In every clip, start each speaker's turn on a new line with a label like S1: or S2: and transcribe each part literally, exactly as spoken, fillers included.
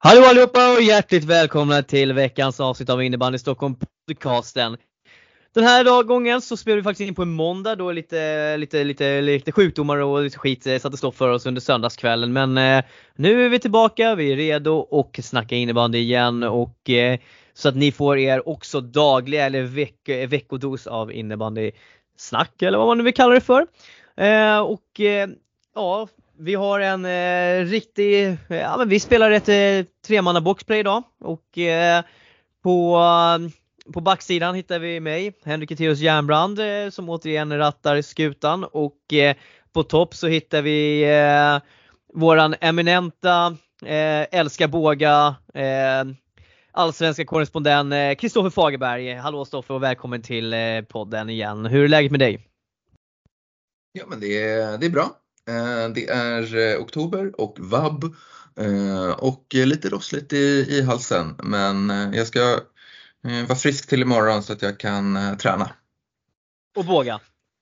S1: Hallå allihopa och hjärtligt välkomna till veckans avsnitt av Innebandy Stockholm podcasten. Den här dag gången så spelar vi faktiskt in på en måndag då lite, lite, lite, lite sjukdomar och lite skit satte stopp för oss under söndagskvällen. Men eh, nu är vi tillbaka, vi är redo och snacka innebandy igen. Och, eh, så att ni får er också dagliga eller veck, veckodos av innebandy snack eller vad man nu vill kalla det för. Eh, och eh, ja... Vi har en eh, riktig, ja men vi spelar ett eh, tremanna boxplay idag och eh, på, på backsidan hittar vi mig, Henrik Eteus Järnbrand eh, som återigen rattar skutan och eh, på topp så hittar vi eh, våran eminenta, eh, älskar båga, eh, allsvenska korrespondent Kristoffer Fagerberg. Hallå Stoffer och välkommen till eh, podden igen. Hur är läget med dig?
S2: Ja men det är, det är bra. Det är oktober och vabb och lite rossligt i, i halsen. Men jag ska vara frisk till imorgon så att jag kan träna.
S1: Och båga.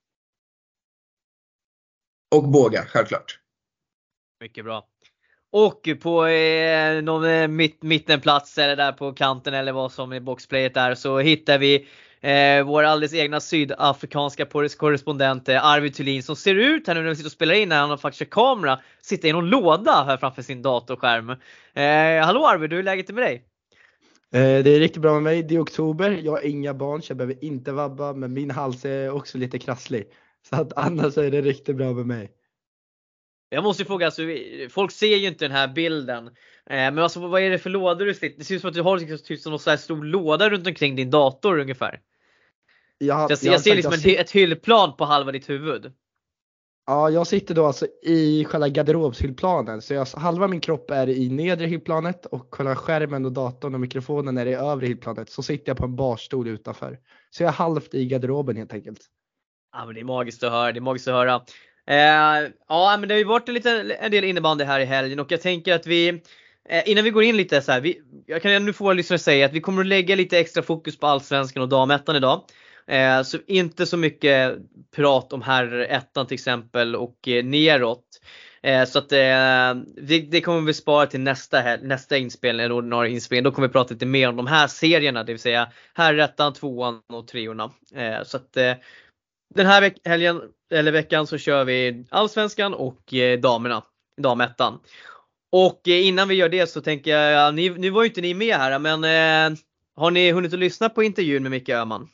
S2: Och båga, självklart.
S1: Mycket bra. Och på eh, någon mitt, mittenplats eller där på kanten eller vad som är boxplayet där så hittar vi Eh, vår alldeles egna sydafrikanska korrespondent eh, Arvid Thulin som ser ut här nu när vi sitter och spelar in när han har faktiskt kamera sitter i någon låda här framför sin datorskärm. Eh, hallå Arvid, hur är läget med dig?
S3: Eh, det är riktigt bra med mig. Det är oktober, jag har inga barn så jag behöver inte vabba, men min hals är också lite krasslig. Så att annars är det riktigt bra med mig.
S1: Jag måste ju fråga, alltså, folk ser ju inte den här bilden. Eh, men alltså, vad är det för lådor du sitter? Det ser ut som att du har liksom, typ som någon så här stor låda runt omkring din dator ungefär. Jag, jag, jag ser liksom jag ett, ett hyllplan på halva ditt huvud.
S3: Ja, jag sitter då alltså i själva garderobshyllplanen. Så jag, halva min kropp är i nedre hyllplanet och själva skärmen och datorn och mikrofonen är i övre hyllplanet. Så sitter jag på en barstol utanför. Så jag är halvt i garderoben helt enkelt.
S1: Ja, men det är magiskt att höra, det är magiskt att höra. Eh, ja, men det har ju varit en, liten, en del innebandy här i helgen och jag tänker att vi, eh, innan vi går in lite så här, vi, jag kan nu få lyssna säga att vi kommer att lägga lite extra fokus på allsvenskan och damettan idag. Eh, så inte så mycket prat om herrettan till exempel och eh, neråt. Eh, så att eh, det, det kommer vi spara till nästa, nästa inspelning, eller ordinarie inspelning. Då kommer vi prata lite mer om de här serierna, det vill säga herrettan, tvåan och treorna. Eh, så att eh, den här veck- helgen eller veckan så kör vi allsvenskan och eh, damerna, damettan. Och eh, innan vi gör det så tänker jag, ni, nu var ju inte ni med här, men eh, har ni hunnit att lyssna på intervjun med Micke Öhman?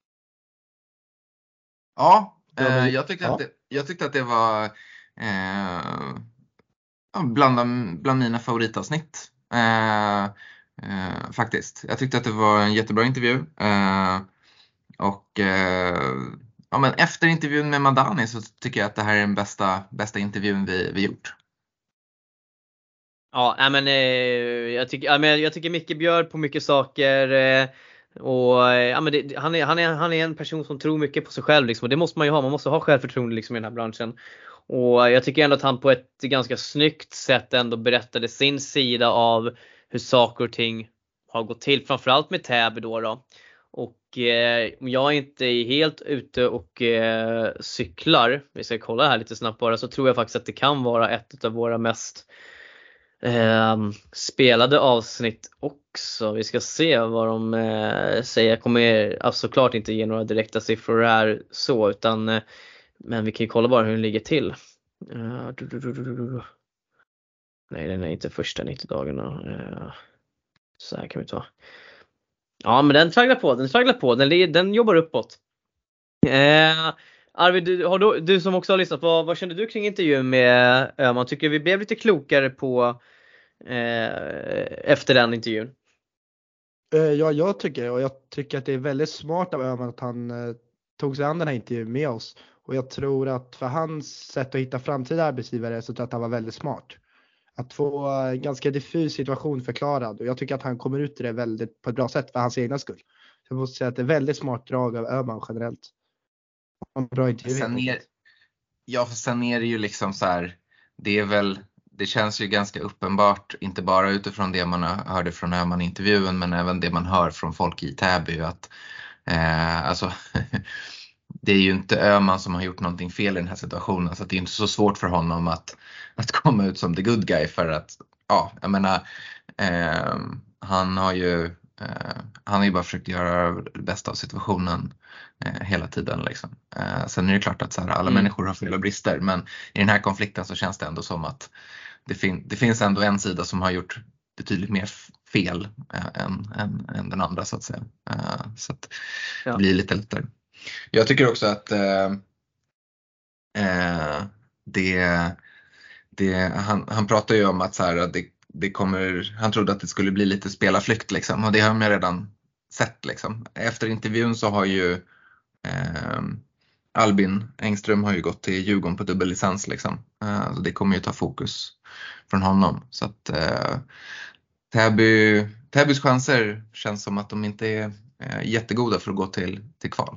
S2: Ja, eh, jag, tyckte ja. Att det, jag tyckte att det var eh, bland, bland mina favoritavsnitt. Eh, eh, faktiskt. Jag tyckte att det var en jättebra intervju. Eh, och eh, ja, men efter intervjun med Madani så tycker jag att det här är den bästa, bästa intervjun vi, vi gjort.
S1: Ja, men eh, jag tycker ja, men jag tycker Micke bjöd på mycket saker eh, och ja, men det, han är han är han är en person som tror mycket på sig själv liksom, och det måste man ju ha. Man måste ha självförtroende liksom i den här branschen. Och jag tycker ändå att han på ett ganska snyggt sätt ändå berättade sin sida av hur saker och ting har gått till, framförallt med Täby då då. Och eh, om jag inte är helt ute och eh, cyklar, vi ska kolla här lite snabbt bara, så tror jag faktiskt att det kan vara ett av våra mest eh, spelade avsnitt också. Vi ska se vad de eh, säger. Jag kommer alltså såklart inte ge några direkta siffror här så, utan eh, men vi kan ju kolla bara hur den ligger till. Uh, du, du, du, du, du. Nej, den är inte första nittio dagarna. Uh, så här kan vi ta. Ja, men den tragglar på, den tragglar på, den, den jobbar uppåt. Eh, Arvid, du, har du, du som också har lyssnat, vad, vad kände du kring intervjun med Öhman? Tycker vi blev lite klokare på eh, efter den intervjun?
S3: Eh, ja, jag tycker och jag tycker att det är väldigt smart av Öhman att han eh, tog sig an den här intervjun med oss. Och jag tror att för hans sätt att hitta framtida arbetsgivare så tror jag att han var väldigt smart. Att få en ganska diffus situation förklarad. Och jag tycker att han kommer ut i det väldigt på ett bra sätt för hans egna skull. Så jag måste säga att det är väldigt smart drag av Öhman generellt. En bra intervju.
S2: Sen är, ja, för sen är det ju liksom så här. Det är väl, det känns ju ganska uppenbart. Inte bara utifrån det man hörde från Öhman i intervjun. Men även det man hör från folk i Täby. Att, eh, alltså... Det är ju inte Öhman som har gjort någonting fel i den här situationen. Så att det är inte så svårt för honom att, att komma ut som the good guy. För att, ja, jag menar, Eh, han har ju eh, han har ju bara försökt göra det bästa av situationen eh, hela tiden liksom. Eh, sen är det klart att så här, alla mm. människor har fel och brister, men i den här konflikten så känns det ändå som att det, fin- det finns ändå en sida som har gjort betydligt mer fel äh, än, än, än den andra så att säga. Uh, så att ja. Det blir lite lättare. Jag tycker också att uh, uh, det, det, han, han pratar ju om att, så här, att det, det kommer, han trodde att det skulle bli lite spelarflykt liksom, och det har man redan sett liksom. Efter intervjun så har ju uh, Albin Engström har ju gått till Djurgården på dubbellicens liksom. Uh, så det kommer ju ta fokus från honom. Så att uh, Täby, Täbys chanser känns som att de inte är eh, jättegoda för att gå till, till kval.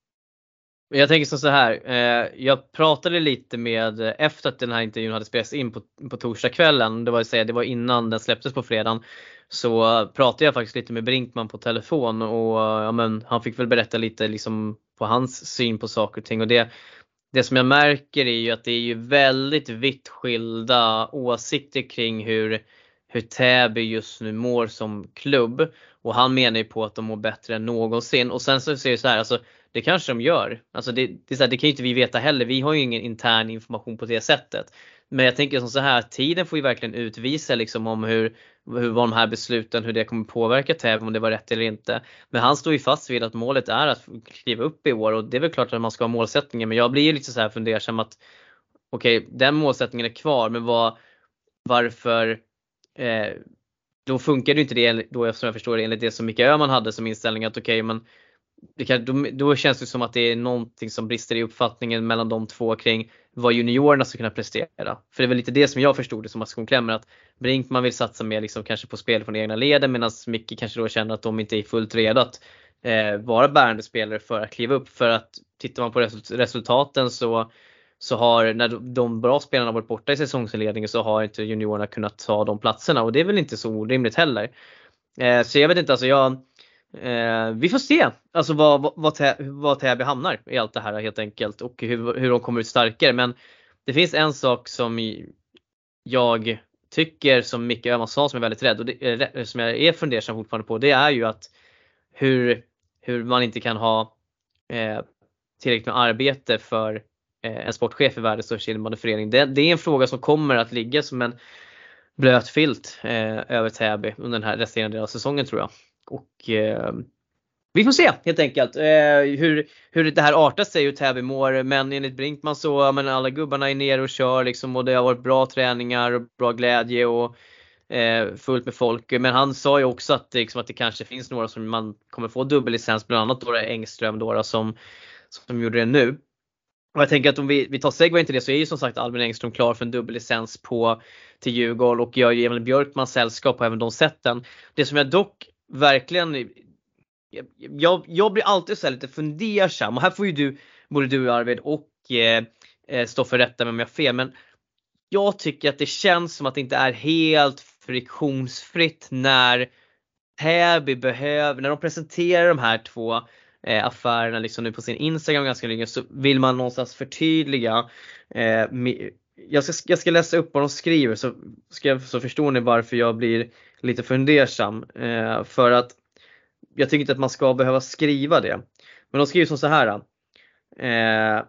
S1: Jag tänker så här, eh, jag pratade lite med, efter att den här intervjun hade spelats in på, på torsdagskvällen, det var, säga, det var innan den släpptes på fredagen, så pratade jag faktiskt lite med Brinkman på telefon och ja, men, han fick väl berätta lite liksom, på hans syn på saker och ting. Och det, det som jag märker är ju att det är ju väldigt vitt skilda åsikter kring hur hur Täby just nu mår som klubb, och han menar ju på att de mår bättre än någonsin. Och sen så ser det så här, alltså det kanske de gör. Alltså det, det, är så här, det kan ju inte vi veta heller. Vi har ju ingen intern information på det sättet. Men jag tänker som så här, tiden får ju verkligen utvisa liksom om hur, hur var de här besluten, hur det kommer påverka Täby, om det var rätt eller inte. Men han står ju fast vid att målet är att kliva upp i år, och det är väl klart att man ska ha målsättningen. Men jag blir ju lite så här fundersam att okej, okay, den målsättningen är kvar, men vad, varför Eh, då funkar det inte det då, som jag förstår det, enligt det som Micke Öhman hade som inställning, att okej, okay, men det kan, då, då känns det som att det är någonting som brister i uppfattningen mellan de två kring vad juniorerna ska kunna prestera. För det är väl lite det som jag förstod det som att klämmer, att Brinkman vill satsa mer liksom kanske på spel från egna leden, medan Micke kanske då känner att de inte är fullt redo att eh, vara bärande spelare för att kliva upp. För att tittar man på resultaten så så har, när de bra spelarna varit borta i säsongsinledningen, så har inte juniorerna kunnat ta de platserna, och det är väl inte så orimligt heller. Eh, så jag vet inte, alltså jag eh, vi får se alltså vad, vad, vad, tä, vad Täby hamnar i allt det här helt enkelt, och hur, hur de kommer ut starkare. Men det finns en sak som jag tycker, som Micke Öhman sa, som är väldigt rädd, och det, som jag är fundersam fortfarande på, det är ju att hur, hur man inte kan ha eh, tillräckligt med arbete för en sportchef i världens största innebandyförening. Det, det är en fråga som kommer att ligga som en blöt filt eh, över Täby under den här resterande delen av säsongen, tror jag. Och eh, vi får se helt enkelt eh, hur, hur det här artar sig, hur Täby mår. Men enligt Brinkman så, men alla gubbarna är nere och kör liksom, och det har varit bra träningar och bra glädje och eh, fullt med folk. Men han sa ju också att, liksom, att det kanske finns några som man kommer få dubbellicens, bland annat då det är Engström då, som, som gjorde det nu. Och jag tänker att om vi, vi tar segway till det, så är ju som sagt Albin Engström klar för en dubbellicens på till Djurgården, och gör ju Emil Björkmans sällskap på även de sätten. Det som jag dock verkligen, jag, jag blir alltid så här lite fundersam, och här får ju du, både du Arvid och eh, Stoffer rätta mig om jag har fel, men jag tycker att det känns som att det inte är helt friktionsfritt när Täby behöver, när de presenterar de här två Eh, affärerna liksom nu på sin Instagram ganska länge, så vill man någonstans förtydliga. Eh, jag, ska, jag ska läsa upp vad de skriver, så, ska, så förstår ni varför jag blir lite fundersam. Eh, för att jag tycker inte att man ska behöva skriva det. Men de skriver som så här. Eh,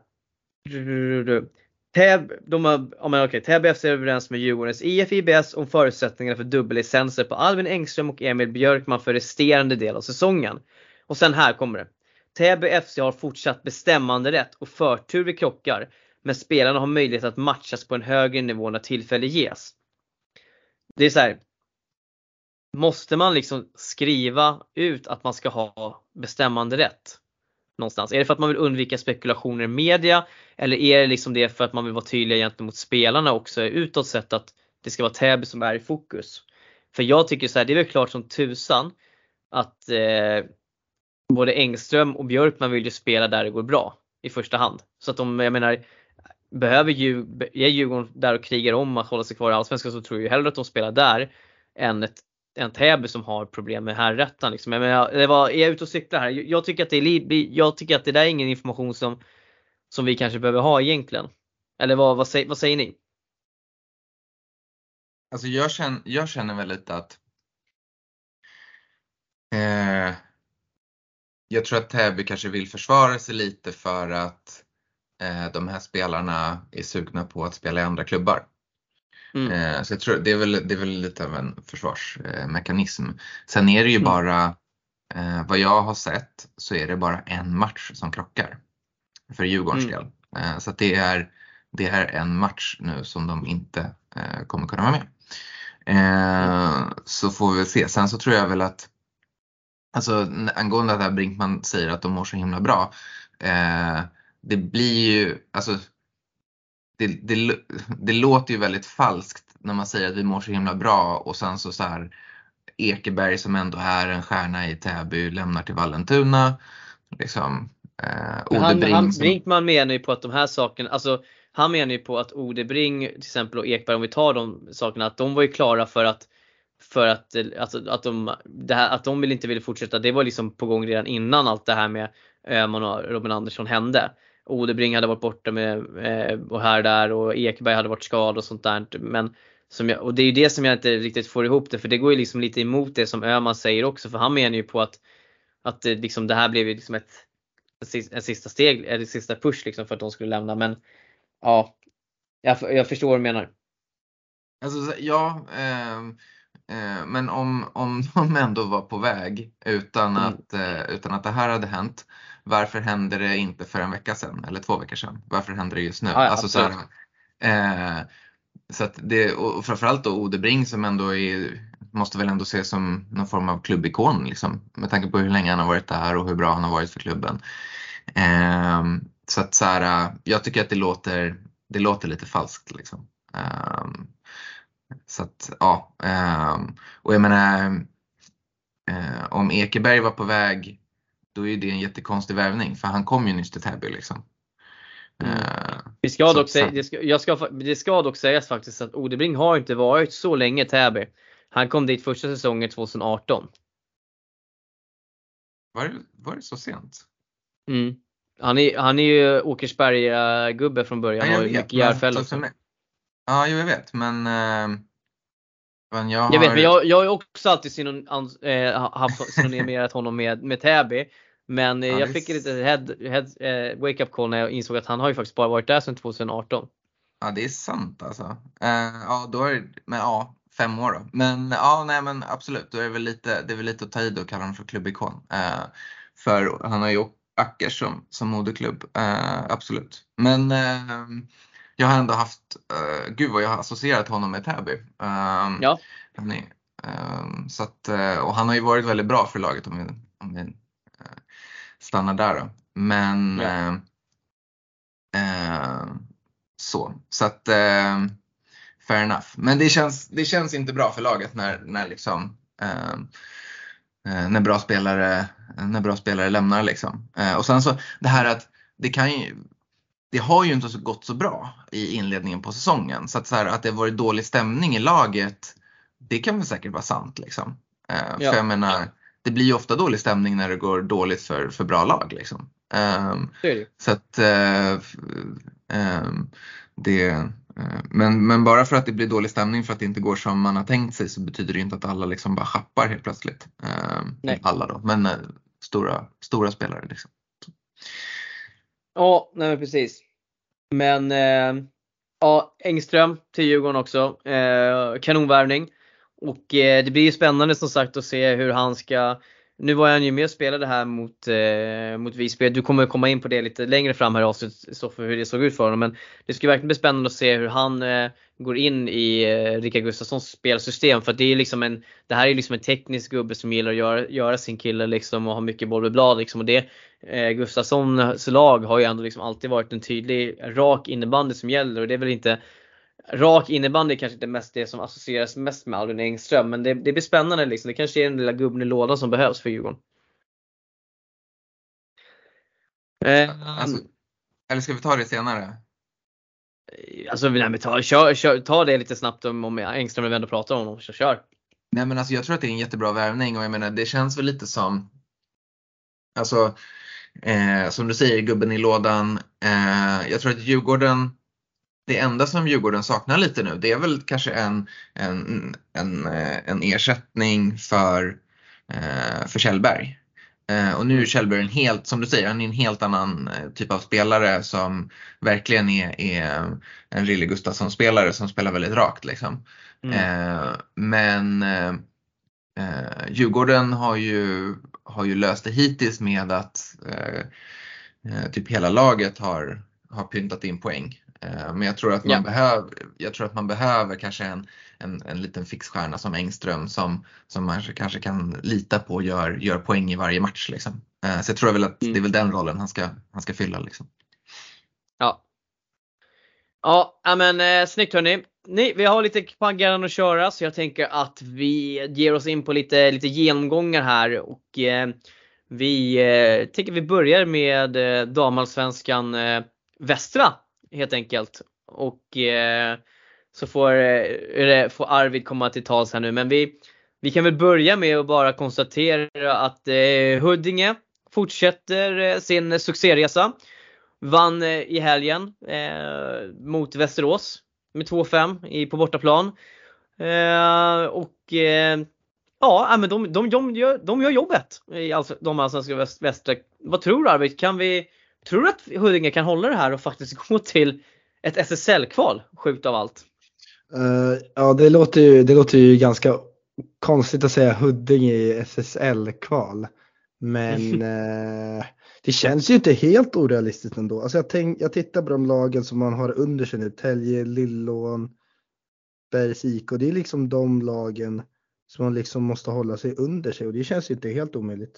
S1: Täb, de har, ja, men okej, Täby F C är överens med Djurgårdens I F I B S om förutsättningarna för dubbellicenser på Albin Engström och Emil Björkman för resterande del av säsongen. Och sen här kommer det. Täby F C har fortsatt bestämmande rätt och förtur vid krockar, men spelarna har möjlighet att matchas på en högre nivå när tillfälle ges. Det är så här. Måste man liksom skriva ut att man ska ha bestämmande rätt någonstans? Är det för att man vill undvika spekulationer i media, eller är det liksom det för att man vill vara tydliga gentemot spelarna också utåt sett, att det ska vara Täby som är i fokus? För jag tycker så här, det är väl klart som tusan att eh, både Engström och Björkman vill ju spela där det går bra i första hand. Så att de, jag menar, behöver ju, är Djurgården där och krigar om att hålla sig kvar i Allsvenskan, så tror jag hellre att de spelar där än ett en Täby som har problem med härrättan liksom. Jag menar, det var, är jag ute och cyklar här? Jag tycker att det är, jag tycker att det där är ingen information som som vi kanske behöver ha egentligen. Eller vad, vad, säger, vad säger ni?
S2: Alltså jag känner, jag känner väl lite att Eh, jag tror att Täby kanske vill försvara sig lite för att eh, de här spelarna är sugna på att spela i andra klubbar.
S1: Mm.
S2: Eh, så jag tror det är väl, det är väl lite av en försvarsmekanism. Sen är det ju
S1: Mm.
S2: bara, eh, vad jag har sett så är det bara en match som krockar för Djurgårdens
S1: Mm.
S2: del. Eh, så att det är, det är en match nu som de inte eh, kommer kunna vara med. Eh,
S1: Mm.
S2: Så får vi väl se. Sen så tror jag väl att, alltså angående att det här Brinkman säger att de mår så himla bra. Eh, det blir ju, alltså det, det, det låter ju väldigt falskt när man säger att vi mår så himla bra och sen så så här Ekeberg som ändå är en stjärna i Täby lämnar till Vallentuna. Liksom, eh,
S1: Men
S2: Ode
S1: han,
S2: Bring
S1: han,
S2: som,
S1: Brinkman menar ju på att de här sakerna, alltså han menar ju på att Ode Bring till exempel och Ekberg, om vi tar de sakerna, att de var ju klara för att för att, alltså, att, de, det här, att de vill inte ville fortsätta. Det var liksom på gång redan innan allt det här med Öhman och Robin Andersson hände. Ode Bring hade varit borta med eh, och här där och Ekberg hade varit skadad och sånt där. Men som jag, och det är ju det som jag inte riktigt får ihop det, för det går ju liksom lite emot det som Öhman säger också, för han menar ju på att att det, liksom, det här blev ju liksom ett en sista steg, eller sista push liksom för att de skulle lämna. Men ja, jag, jag förstår vad du menar.
S2: alltså, ja, eh, eh, men om, om de ändå var på väg utan
S1: Mm.
S2: att, eh, utan att det här hade hänt, varför hände det inte för en vecka sedan eller två veckor sedan? Varför händer det just nu?
S1: Ja, ja,
S2: alltså, så,
S1: absolut.
S2: här, eh, så att det, och framförallt då Ode Bring som ändå är, måste väl ändå ses som någon form av klubbikon liksom, med tanke på hur länge han har varit där och hur bra han har varit för klubben. Eh, så att så här, jag tycker att det låter, det låter lite falskt liksom. Eh, så att ja, eh, och jag menar eh, om Ekeberg var på väg, då är det en jättekonstig värvning för han kom ju nyss till Täby liksom.
S1: Mm.
S2: Eh,
S1: Vi ska
S2: så
S1: dock
S2: att-
S1: säga, det, ska, jag ska, det ska dock sägas faktiskt att Ode Bring har inte varit så länge i Täby. Han kom dit första säsongen tjugo arton.
S2: var, det, var det så sent?
S1: Mm. Han är, han är ju Åkersberga gubbe från början.
S2: Ja, jag
S1: och
S2: vet,
S1: mycket
S2: men
S1: Järfäll
S2: så
S1: också.
S2: för mig- Ja, jo, jag vet, men, eh, men jag har...
S1: Jag vet, men jag, jag har ju också alltid synon, ans, eh, haft synonymerat honom med, med Täby. Men eh,
S2: Ja,
S1: jag
S2: det är
S1: fick
S2: s-
S1: lite head, head, eh, wake up call när jag insåg att han har ju faktiskt bara varit där sedan tjugo arton.
S2: Ja, det är sant alltså. Eh, ja, då är det, men ja, fem år då. Men ja, nej men absolut, då är det väl lite, det är väl lite att ta i då att kalla honom för klubbikon. Eh, för han har ju Ackers som, som moderklubb, eh, absolut. Men eh, jag har ändå haft, eh, gud vad jag har associerat honom med Täby. Eh,
S1: Ja.
S2: han är, eh, så att, eh, och han har ju varit väldigt bra för laget om vi, om vi eh, stannar där då. Men
S1: Ja.
S2: eh, eh, så, så att eh, fair enough. Men det känns, det känns inte bra för laget när, när liksom eh, eh, när bra spelare när bra spelare lämnar liksom. Eh, och sen så det här att det kan ju det har ju inte så gått så bra i inledningen på säsongen, så att så här, att det har varit dålig stämning i laget, det kan väl säkert vara sant liksom. Eh,
S1: Ja.
S2: För jag menar, det blir ju ofta dålig stämning när det går dåligt för, för bra lag liksom. Eh,
S1: Det är det ju.
S2: så att eh, eh, det eh, men, men bara för att det blir dålig stämning för att det inte går som man har tänkt sig, så betyder det inte att alla liksom bara schappar helt plötsligt. Eh,
S1: Nej.
S2: inte alla då, men eh, stora, stora spelare liksom.
S1: Ja, nej men precis. Men eh, ja, Engström till Djurgården också. Eh, kanonvärvning. Och eh, det blir ju spännande som sagt att se hur han ska. Nu var han ju med och spelade här mot, eh, mot Visby. Du kommer komma in på det lite längre fram här i avsnittet, så för hur det såg ut för honom. Men det ska verkligen bli spännande att se hur han eh, går in i eh, Rickard Gustafssons spelsystem. För att det är liksom en, det här är liksom en teknisk gubbe som gillar att göra, göra sin kille liksom, och ha mycket boll med blad liksom. Och det, eh, Gustafssons lag har ju ändå liksom alltid varit en tydlig rak innebandy som gäller. Och det är väl inte rak innebandy kanske inte mest det som associeras mest med Albin Engström, men det, det blir spännande liksom. Det kanske är den lilla gubben i lådan som behövs för Djurgården. Eh,
S2: Alltså, eller ska vi ta det senare?
S1: alltså nej, men ta, kör, kör, ta det lite snabbt om, om Engström ändå pratar om honom, så kör.
S2: Nej, men alltså jag tror att det är en jättebra värvning, och jag menar det känns väl lite som, alltså eh, som du säger, gubben i lådan. Eh, jag tror att Djurgården, det enda som Djurgården saknar lite nu, det är väl kanske en, en, en, eh, en ersättning för, eh, för Kjellberg. Eh, och nu är Kjellberg en helt, som du säger, han är en helt annan eh, typ av spelare som verkligen är, är en Rille Gustafsson-spelare som spelar väldigt rakt liksom.
S1: Mm.
S2: Eh, men eh, eh, Djurgården har ju, har ju löst det hittills med att eh, eh, typ hela laget har, har pyntat in poäng. Eh, men jag tror att man,
S1: Ja.
S2: behöver, jag tror att man behöver kanske en, en, en liten fixstjärna som Engström som, som man kanske kan lita på och gör, gör poäng i varje match. Liksom. Eh, så jag tror väl att
S1: Mm.
S2: det är väl den rollen han ska, han ska fylla. Liksom.
S1: Ja. Ja, men eh, snyggt hörni. Ni, vi har lite på agendan att köra, så jag tänker att vi ger oss in på lite, lite genomgångar här. Och eh, vi eh, tänker vi börjar med eh, damallsvenskan eh, Västra helt enkelt. Och eh, så får, eh, får Arvid komma till tals här nu. Men vi, vi kan väl börja med att bara konstatera att eh, Huddinge fortsätter eh, sin succéresa. Vann eh, i helgen eh, mot Västerås med två fem i, på bortaplan. Eh, och eh, ja, men de, de, de, gör, de gör jobbet i alltså, de allsvenska väst, västra. Vad tror du, Arvid? Kan vi, tror du att Huddinge kan hålla det här och faktiskt gå till ett S S L-kval, sjukt av allt?
S3: Uh, ja, det låter, ju, det låter ju ganska konstigt att säga Huddinge i S S L-kval. Men uh, det känns ju inte helt orealistiskt ändå. Alltså jag, tänk, jag tittar på de lagen som man har under sig nu. Tälje, Lillån, Bergs I K. Det är liksom de lagen som man liksom måste hålla sig under sig. Och det känns ju inte helt omöjligt.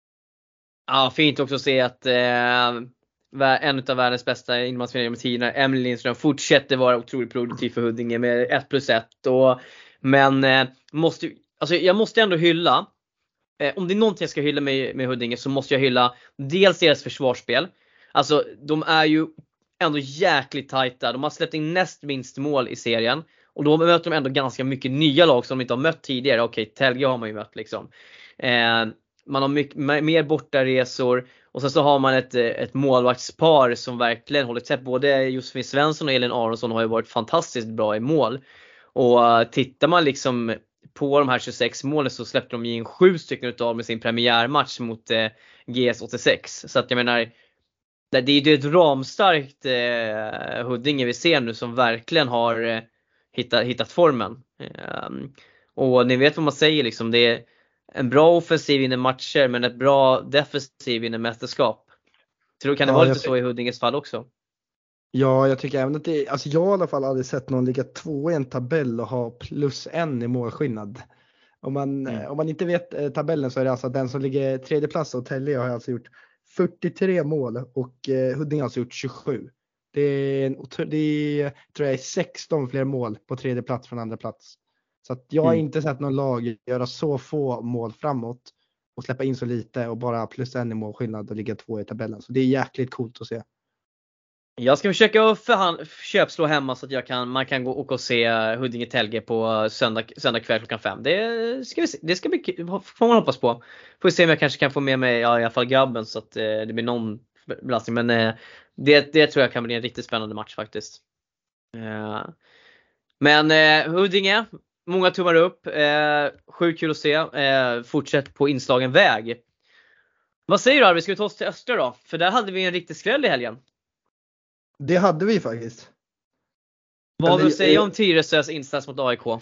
S1: Ja, fint också att se att eh, en av världens bästa innebandyspelare genom tiderna, Emelie Lindström, fortsätter vara otroligt produktiv för Huddinge med ett plus ett. Och, men eh, måste, alltså jag måste ändå hylla, eh, om det är någonting jag ska hylla med, med Huddinge, så måste jag hylla dels deras försvarsspel. Alltså de är ju ändå jäkligt tajta. De har släppt in näst minst mål i serien. Och då möter de ändå ganska mycket nya lag som de inte har mött tidigare. Okej, Tälje har man ju mött liksom. Eh, man har mycket mer bortaresor. Och sen så har man ett, ett målvaktspar som verkligen håller tätt. Både Josefin Svensson och Elin Aronsson har ju varit fantastiskt bra i mål. Och uh, tittar man liksom på de här tjugosex målen, så släppte de in sju stycken utav med sin premiärmatch mot uh, G S åttiosex. Så att jag menar, det är ju ett ramstarkt uh, Huddinge vi ser nu som verkligen har uh, hittat, hittat formen. Um, och ni vet vad man säger liksom, det är en bra offensiv vinner matcher, men ett bra defensiv vinner mästerskap. Tror kan det
S3: Ja,
S1: vara lite
S3: jag...
S1: så i Huddinges fall också?
S3: Ja, jag tycker även att det, alltså jag har i alla fall aldrig sett någon ligga två i en tabell och ha plus en i målskillnad. Om man, mm. om man inte vet eh, tabellen, så är det alltså den som ligger tredje plats och Tälje har alltså gjort fyrtiotre mål och eh, Huddinge har alltså gjort tjugosju. Det är, en, det är, tror jag är sexton fler mål på tredje plats från andra plats. Så att jag har mm. inte sett någon lag göra så få mål framåt och släppa in så lite och bara plus en i målskillnad och ligga två i tabellen. Så det är jäkligt coolt att se.
S1: Jag ska försöka förhand- köpslå hemma så att jag kan, man kan gå och, och se Huddinge Tälje på söndag, söndag kväll klockan fem. Det ska, vi se, det ska bli, får man hoppas på. Får vi se om jag kanske kan få med mig, ja, i alla fall grabben, så att eh, det blir någon belastning. Men eh, det, det tror jag kan bli en riktigt spännande match faktiskt. Eh, men eh, Huddinge, många tummar upp. Eh, sjukt kul att se. Eh, fortsätt på inslagen väg. Vad säger du, Arvid? Ska vi ta oss till Östra då? För där hade vi en riktig skräll i helgen.
S3: Det hade vi faktiskt.
S1: Vad har du att säga om Tyresös insats mot A I K?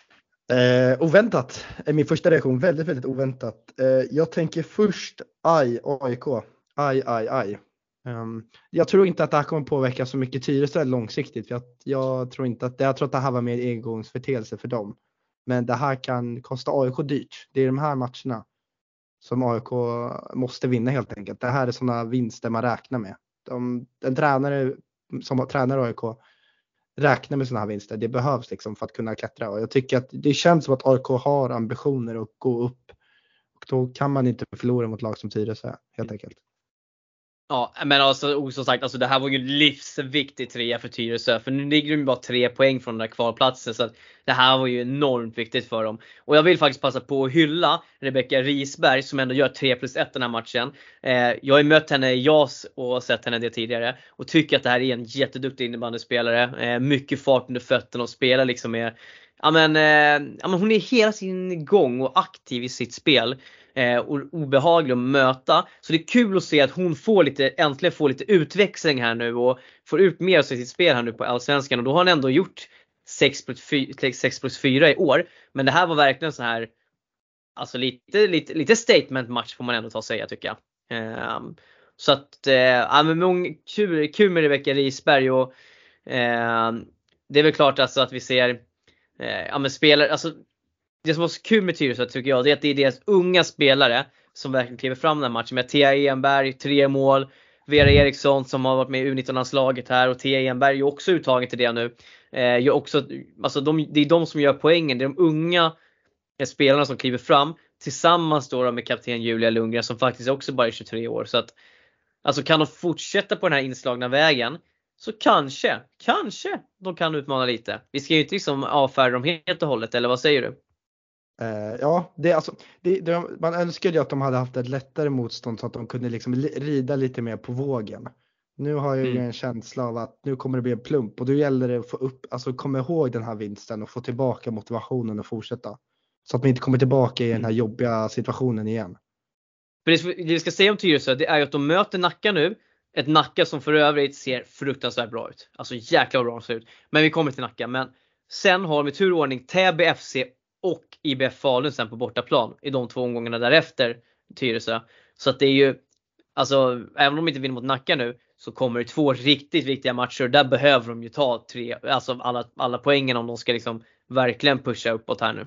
S3: Eh, oväntat är min första reaktion. Väldigt, väldigt oväntat. Eh, jag tänker först aj, A I K. Aj, aj, aj. Um, jag tror inte att det här kommer påverka så mycket Tyresö långsiktigt. För jag, jag tror inte att jag tror att det här var mer engångsförteelse för dem. Men det här kan kosta A I K dyrt. Det är de här matcherna som A I K måste vinna helt enkelt. Det här är sådana vinster man räknar med. De, en tränare som tränar A I K räknar med sådana här vinster. Det behövs liksom för att kunna klättra. Och jag tycker att det känns som att A I K har ambitioner att gå upp. Och då kan man inte förlora mot lag som Tyresö helt enkelt.
S1: Ja, men alltså som sagt, alltså det här var ju en livsviktig trea för Tyresö. För nu ligger de bara tre poäng från den där kvalplatsen. Så att det här var ju enormt viktigt för dem. Och jag vill faktiskt passa på att hylla Rebecka Risberg som ändå gör tre plus ett den här matchen. Eh, jag har ju mött henne i J A S och sett henne det tidigare. Och tycker att det här är en jätteduktig innebandyspelare. Eh, mycket fart under fötterna och spelar liksom med... Ja men, eh, ja men hon är hela sin gång och aktiv i sitt spel. Eh, och obehaglig att möta. Så det är kul att se att hon får lite, äntligen får lite utväxling här nu och får ut mer av sitt spel här nu på Allsvenskan. Och då har han ändå gjort sex plus fyra i år. Men det här var verkligen så här, alltså lite, lite, lite statement match får man ändå ta och säga tycker jag. Eh, så att, eh, ja men många, kul, kul med Rebecka Risberg och eh, det är väl klart alltså att vi ser eh, ja men spelare, alltså det som var så kul med Tyresö tycker jag, det är att det är deras unga spelare som verkligen kliver fram den här matchen. Med Thea Enberg, tre mål. Vera Eriksson som har varit med i U nitton-landslaget här. Och Thea Enberg är ju också uttagen till det nu. Eh, gör också, alltså de, det är de som gör poängen. Det är de unga spelarna som kliver fram. Tillsammans då med kapten Julia Lundgren som faktiskt också bara är tjugotre år. Så att, alltså kan de fortsätta på den här inslagna vägen, så kanske, kanske de kan utmana lite. Vi ska ju inte liksom avfärda dem helt och hållet, eller vad säger du?
S3: Uh, ja, det, alltså, det, det, man önskade ju att de hade haft ett lättare motstånd så att de kunde liksom rida lite mer på vågen. Nu har jag ju mm. en känsla av att nu kommer det bli en plump och då gäller det att få upp, alltså komma ihåg den här vinsten och få tillbaka motivationen och fortsätta. Så att man inte kommer tillbaka i den här jobbiga situationen igen.
S1: För det, det vi ska säga om Tyresö, det är ju att de möter Nacka nu. Ett Nacka som för övrigt ser fruktansvärt bra ut. Alltså jäkla bra ser ut. Men vi kommer till Nacka. Men sen har de i turordning Täby F C och I B F Falun sen på bortaplan i de två omgångarna därefter Tyresö. Så att det är ju, alltså även om de inte vinner mot Nacka nu, så kommer det två riktigt viktiga matcher. Där behöver de ju ta tre, alltså alla, alla poängen om de ska liksom verkligen pusha uppåt här nu.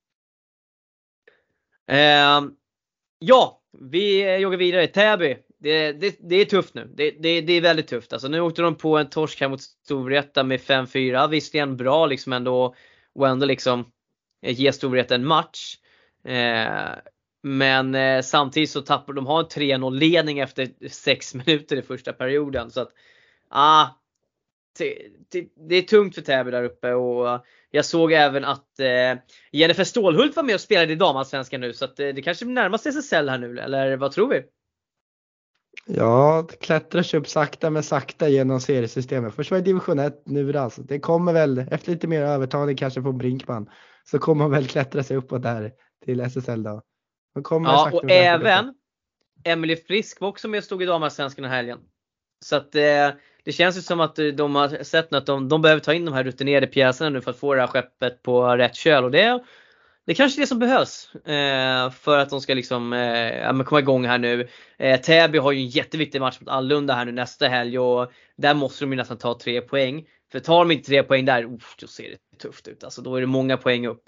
S1: Eh, ja, vi joggar vidare. Täby, det, det, det är tufft nu. Det, det, det är väldigt tufft. Alltså nu åkte de på en torsk här mot Storvreta med fem fyra. Visserligen bra liksom ändå, och ändå liksom ge Storvreta en match. Eh, men eh, samtidigt så tappar de, har en tre noll ledning efter sex minuter i första perioden. Så att, ah, det, det, det är tungt för Täby där uppe. Och jag såg även att eh, Jennifer Stålhult var med och spelade i damallsvenskan nu. Så att, eh, det kanske närmast S S L här nu. Eller vad tror vi?
S3: Ja, det klättrar sig upp sakta men sakta genom seriesystemet. Först var det division ett, nu alltså. Det kommer väl, efter lite mer övertagning kanske på Brinkman, så kommer man väl klättra sig uppåt där till S S L då.
S1: Ja, och även Emily Frisk var också med och stod i damallsvenskan den här helgen. Så att eh, det känns ju som att de har sett att de, de behöver ta in de här rutinerade pjäserna nu för att få det här skeppet på rätt köl. Och det, det är kanske det som behövs eh, för att de ska liksom, eh, komma igång här nu. Eh, Täby har ju en jätteviktig match mot Allunda här nu nästa helg. Och där måste de ju nästan ta tre poäng. För tar de inte tre poäng där, uff, då ser det tufft ut. Alltså då är det många poäng upp.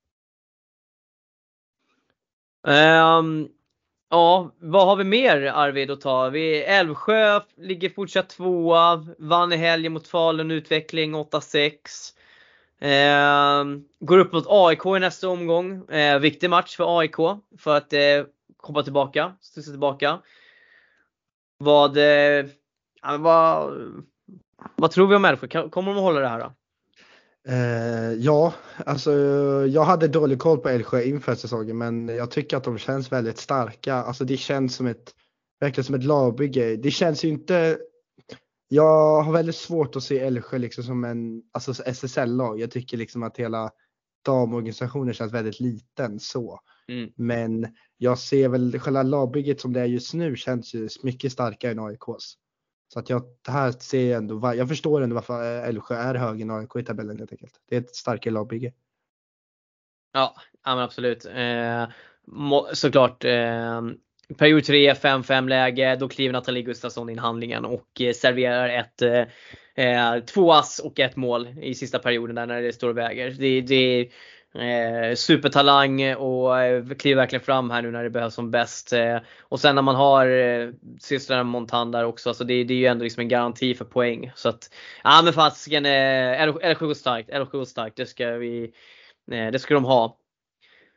S1: Um, ja, vad har vi mer Arvid att ta? Vi, Älvsjö ligger fortsatt tvåa, vann i helgen mot Falun, utveckling åtta sex. Um, går upp mot A I K i nästa omgång. Uh, viktig match för A I K för att uh, komma tillbaka, studsa tillbaka. Vad, uh, vad, vad tror vi om Älvsjö? Kommer de att hålla det här då?
S3: Eh, ja, alltså jag hade dålig koll på Älvsjö inför säsongen, men jag tycker att de känns väldigt starka. Alltså det känns som ett, verkligen som ett lagbygge. Det känns ju inte, jag har väldigt svårt att se Älvsjö liksom som en, alltså S S L-lag. Jag tycker liksom att hela damorganisationen känns väldigt liten så. Mm. Men jag ser väl själva lagbygget som det är just nu känns ju mycket starkare än A I K:s. Så att jag, det här ser jag ändå, jag förstår ändå varför Älvsjö är högre än A I K i tabellen helt enkelt. Det är ett starkare lagbygge.
S1: Ja, ja men absolut. Eh, må, såklart. Eh, period tre, fem fem läge. Då kliver Nathalie Gustafsson in handlingen och eh, serverar ett eh, två ass och ett mål i sista perioden där när det står och väger. Det, det Eh, supertalang och eh, kliver verkligen fram här nu när det behövs som bäst. Eh, och sen när man har eh, systrarna Montan där också, alltså det, det är ju ändå liksom en garanti för poäng. Så att, ja men fasiken, eh, Älvsjö går starkt, Älvsjö går starkt, det ska vi, eh, det ska de ha.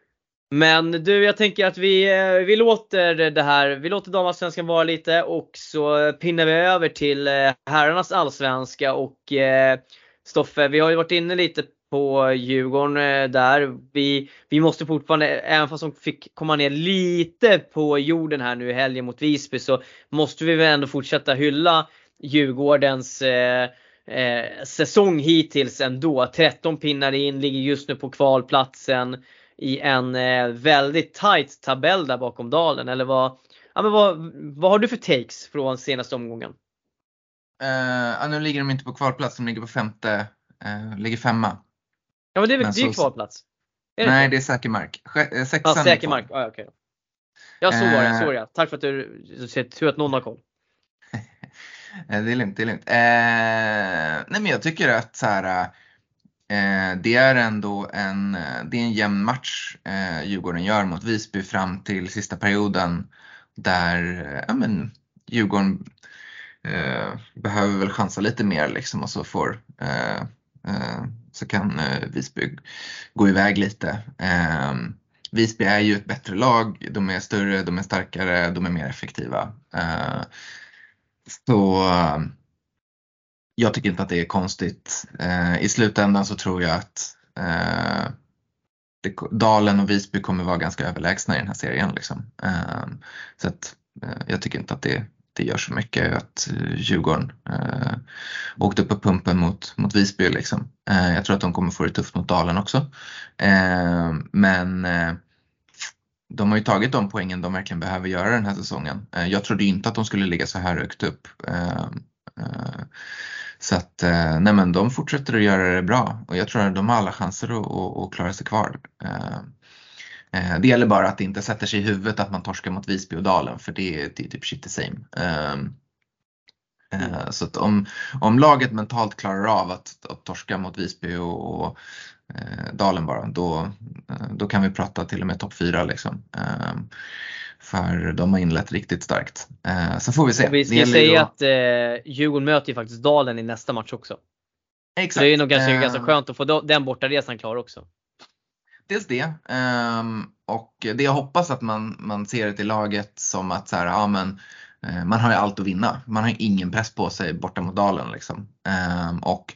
S1: Men du, jag tänker att vi, vi låter det här, vi låter damallsvenskan vara lite och så pinnar vi över till herrarnas allsvenska. Och eh, Stoffe, vi har ju varit inne lite på Djurgården eh, där. Vi, vi måste fortfarande, även fast de fick komma ner lite på jorden här nu i helgen mot Visby, så måste vi väl ändå fortsätta hylla Djurgårdens eh, eh, säsong hittills ändå. tretton pinnar in, ligger just nu på kvalplatsen i en eh, väldigt tight tabell där bakom Dalen. Eller vad, ja, men vad, vad har du för takes från senaste omgången?
S2: Uh, nu ligger de inte på kvalplats, de ligger på femte, uh, ligger femma.
S1: Ja, men det är väl det är kvalplats? Är det
S2: nej,
S1: inte?
S2: det är säker mark. Sexan
S1: ja, säker mark. Ja, okej. Ja, så var det, så var det. Tack för att du, du ser tur att någon har koll.
S2: det är lugnt, det är lugnt. Uh, nej, men jag tycker att så här, uh, det är ändå en, det är en jämn match uh, Djurgården gör mot Visby fram till sista perioden, där uh, men, Djurgården uh, behöver väl chansa lite mer liksom, och så får uh, uh, så kan uh, Visby gå iväg lite. Uh, Visby är ju ett bättre lag, de är större, de är starkare, de är mer effektiva. Uh, så uh, jag tycker inte att det är konstigt. Uh, I slutändan så tror jag att uh, det, Dalen och Visby kommer vara ganska överlägsna i den här serien. Liksom. Uh, så att, uh, jag tycker inte att det det gör så mycket att Djurgården eh, åkte upp på pumpen mot, mot Visby. Liksom. Eh, jag tror att de kommer få det tufft mot Dalen också. Eh, men eh, de har ju tagit de poängen de verkligen behöver göra den här säsongen. Eh, jag trodde inte att de skulle ligga så här högt upp. Eh, eh, så att eh, nej, men de fortsätter att göra det bra. Och jag tror att de har alla chanser att, att, att klara sig kvar. Eh, Det gäller bara att det inte sätter sig i huvudet att man torskar mot Visby och Dalen, för det, det är typ shit the same. Um, uh, så att om, om laget mentalt klarar av att, att torska mot Visby och, och uh, Dalen bara, då, uh, då kan vi prata till och med topp fyra liksom. Um, för de har inlett riktigt starkt. Uh, så får vi se.
S1: Och vi ska säga att uh, Djurgården möter ju faktiskt Dalen i nästa match också.
S2: Exakt.
S1: Så det är nog ganska, uh, ganska skönt att få den bortaresan klar också.
S2: Dels det, um, och det jag hoppas att man, man ser det till laget som att så här, ja, men, uh, man har ju allt att vinna. Man har ju ingen press på sig borta mot Dalen. Liksom. Um, och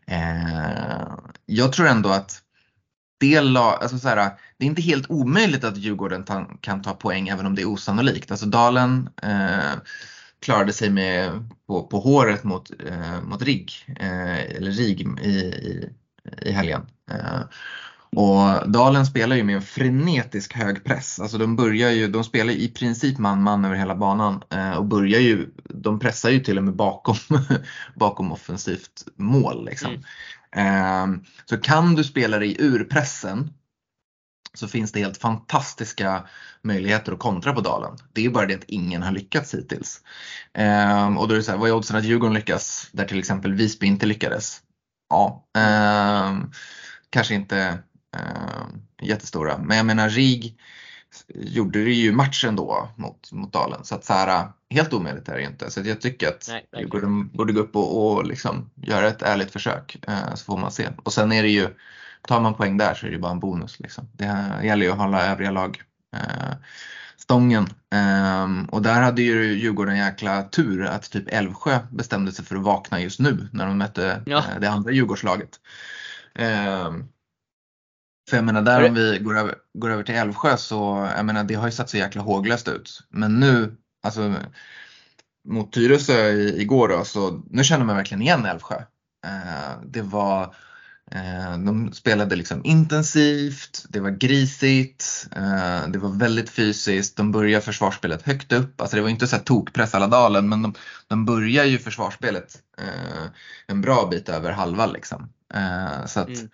S2: uh, jag tror ändå att det, lag, alltså så här, det är inte helt omöjligt att Djurgården ta, kan ta poäng även om det är osannolikt. Alltså Dalen uh, klarade sig med, på, på håret mot, uh, mot Rig, uh, eller Rig i, i, i helgen. Uh, Och Dalen spelar ju med en frenetisk hög press. Alltså de börjar ju, de spelar i princip man-man över hela banan. Eh, och börjar ju, de pressar ju till och med bakom, bakom offensivt mål. Liksom. Mm. Eh, så kan du spela dig ur pressen, så finns det helt fantastiska möjligheter att kontra på Dalen. Det är bara det att ingen har lyckats hittills. Eh, och då är det så här, vad är oddsen att Djurgården lyckas där till exempel Visby inte lyckades? Ja, eh, kanske inte Uh, jättestora. Men jag menar, Rig gjorde det ju matchen då mot, mot Dalen. Så att så här, helt omöjligt är det inte. Så att jag tycker att Djurgården borde gå upp och, och liksom göra ett ärligt försök. Uh, så får man se. Och sen är det ju, tar man poäng där så är det ju bara en bonus. Liksom. Det gäller ju att hålla övriga lag uh, stången. Um, och där hade ju Djurgården jäkla tur att typ Älvsjö bestämde sig för att vakna just nu när de mötte ja. uh, det andra Djurgårdslaget. Um, För jag menar, där om vi går över, går över till Älvsjö, så jag menar, det har ju sett så jäkla håglöst ut. Men nu, alltså mot Tyresö igår då, så nu känner man verkligen igen Älvsjö. Eh, det var, eh, de spelade liksom intensivt, det var grisigt, eh, det var väldigt fysiskt. De började försvarsspelet högt upp, alltså det var inte så här tokpress alla Dalen, men de, de börjar ju försvarsspelet eh, en bra bit över halva liksom. Eh, så att mm.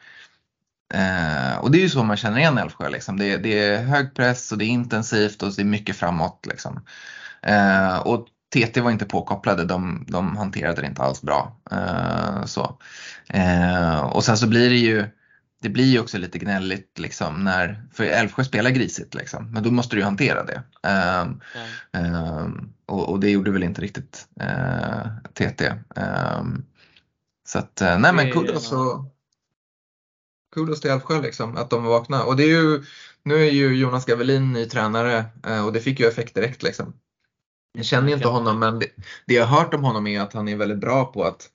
S2: Uh, och det är ju så man känner igen Älvsjö liksom. det, det är hög press och det är intensivt och det är mycket framåt liksom. uh, Och T T var inte påkopplade, de, de hanterade det inte alls bra. uh, så. Uh, och sen så blir det ju Det blir ju också lite gnälligt liksom, när, för Älvsjö spelar grisigt liksom, men då måste du ju hantera det. uh, mm. uh, och, och det gjorde väl inte riktigt uh, T T. uh, Så att, nej men kudos så kudos till Älvsjö liksom, att de vaknar. Och det är ju nu är ju Jonas Gavelin ny tränare och det fick ju effekt direkt liksom. Jag känner ju inte honom, men det, det jag har hört om honom är att han är väldigt bra på att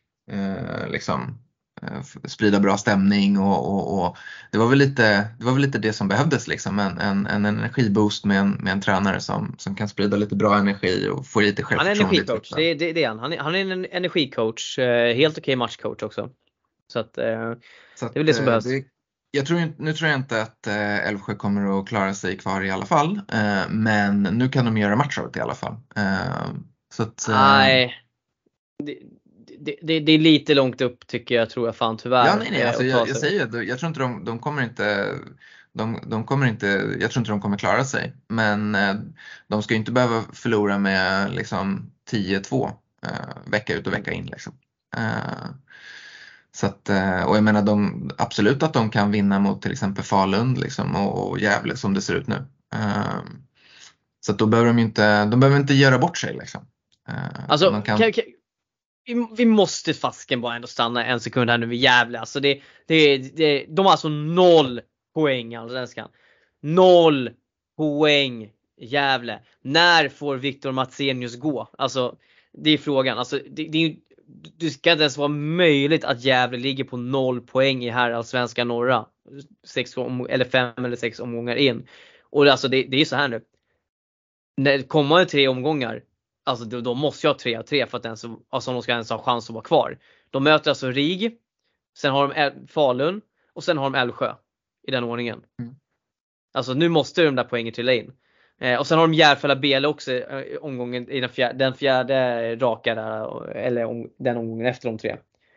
S2: eh, liksom eh, sprida bra stämning och, och, och det var väl lite det var väl lite det som behövdes liksom, en, en, en energiboost med en, med en tränare som, som kan sprida lite bra energi och få lite självförtroende.
S1: Han är energicoach, det, det, det är han. Han är, han är en energicoach, eh, helt okej matchcoach också. Så att, eh, så att det är väl det som behövs. Det,
S2: Jag tror, nu tror jag inte att eh, Älvsjö kommer att klara sig kvar i alla fall. Eh, men nu kan de göra match av det i alla fall. Eh, så att, eh,
S1: nej, det, det, det, det är lite långt upp tycker jag, tror jag fan tyvärr.
S2: Ja, nej, nej. Alltså, jag, jag säger jag tror inte de, de kommer inte... De, de kommer inte, jag tror inte de kommer klara sig. Men eh, de ska inte behöva förlora med liksom tio två eh, vecka ut och vecka in. Liksom. Eh, Så att, och jag menar de, absolut att de kan vinna mot till exempel Falun liksom, och, och Gävle som det ser ut nu. Um, så att då behöver de inte, de behöver inte göra bort sig liksom. Uh,
S1: alltså,
S2: de kan...
S1: kan, kan, vi, vi måste fasken bara ändå stanna en sekund här nu vid Gävle. Alltså det, det, det, de har alltså noll poäng allsvenskan. Noll poäng Gävle. När får Viktor Matsenius gå? Alltså det är frågan. Alltså det, det är det ska inte ens vara möjligt att Gävle ligger på noll poäng i här allsvenska norra. Sex om, eller fem eller sex omgångar in. Och alltså det, det är så här nu. När det kommer tre omgångar, alltså då, då måste jag ha tre av tre för att ens, alltså de ska ens ha chans att vara kvar. De möter alltså Rig, sen har de Falun och sen har de Älvsjö i den ordningen. Mm. Alltså nu måste de där poängen trilla in. Eh, och sen har de Järfälla Bele också eh, omgången i den fjärde, den fjärde raka där, eller om, den omgången efter de tre.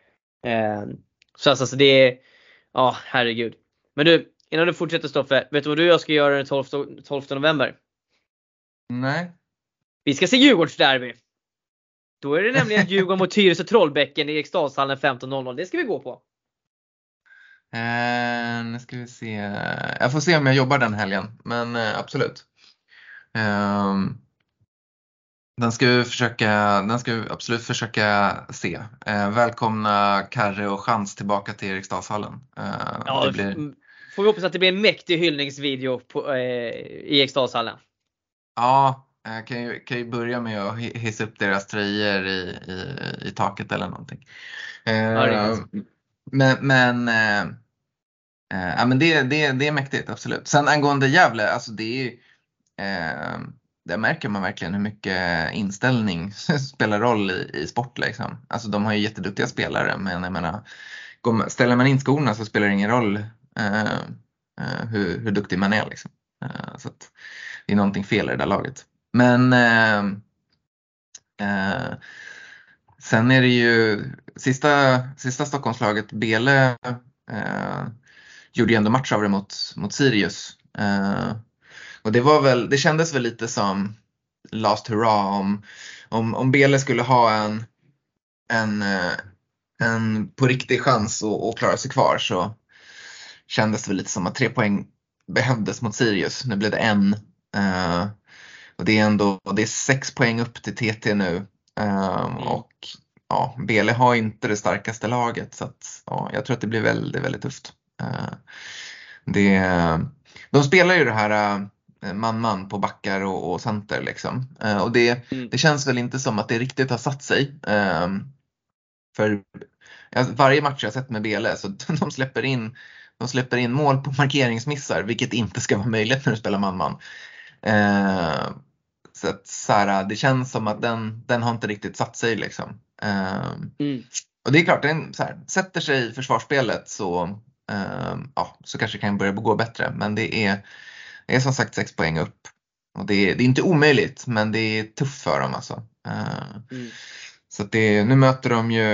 S1: Eh, så alltså, alltså det är, ja herregud. Men du, innan du fortsätter Stoffe, vet du vad du och jag ska göra den tolfte november?
S2: Nej.
S1: Vi ska se Djurgårdsderby. Då är det nämligen Djurgården mot Tyresö Trollbäcken i Eriksdalshallen femton noll noll. Det ska vi gå på.
S2: Eh, nu ska vi se. Jag får se om jag jobbar den helgen, men eh, absolut. Eh, den ska vi försöka, den ska vi absolut försöka se. Eh, välkomna Karre och Chans tillbaka till Eriksdalshallen. Eh,
S1: ja,
S2: det blir...
S1: får vi hoppas att det blir en mäktig hyllningsvideo på, eh, i Eriksdalshallen.
S2: Ja, jag kan ju, kan ju börja med att hissa upp deras tröjor i, i, i taket eller någonting. Eh, ja, men men, eh, eh, ja, men det, det, det är mäktigt, absolut. Sen angående Gävle, alltså det är ju, eh, där märker man verkligen hur mycket inställning spelar roll i, i sport. Liksom. Alltså de har ju jätteduktiga spelare, men jag menar, ställer man in skorna så spelar det ingen roll eh, eh, hur, hur duktig man är. Liksom. Eh, så att det är någonting fel i det där laget. Men eh, eh, sen är det ju sista, sista Stockholmslaget, Bele, eh, gjorde ju ändå match av det mot, mot Sirius. Eh, och det var väl, det kändes väl lite som last hurrah om, om, om Bele skulle ha en, en, en på riktig chans att, att klara sig kvar, så kändes det väl lite som att tre poäng behövdes mot Sirius. Nu blev det en. Uh, och det är ändå det är sex poäng upp till T T nu. Uh, mm. Och ja, Bele har inte det starkaste laget, så att, ja, jag tror att det blir väldigt, väldigt tufft. Uh, det, de spelar ju det här uh, man-man på backar och, och center liksom. Uh, och det, mm. det känns väl inte som att det riktigt har satt sig. Uh, för ja, varje match jag sett med Bele, så de släpper in de släpper in mål på markeringsmissar, vilket inte ska vara möjligt när du spelar man-man. Eh, så att så här, det känns som att den, den har inte riktigt satt sig liksom. Eh, mm. Och det är klart, den så här, sätter sig i försvarsspelet så, eh, ja, så kanske det kan börja gå bättre. Men det är, det är som sagt sex poäng upp. Och det är, det är inte omöjligt, men det är tufft för dem alltså. Eh, mm. Så att det, nu möter de ju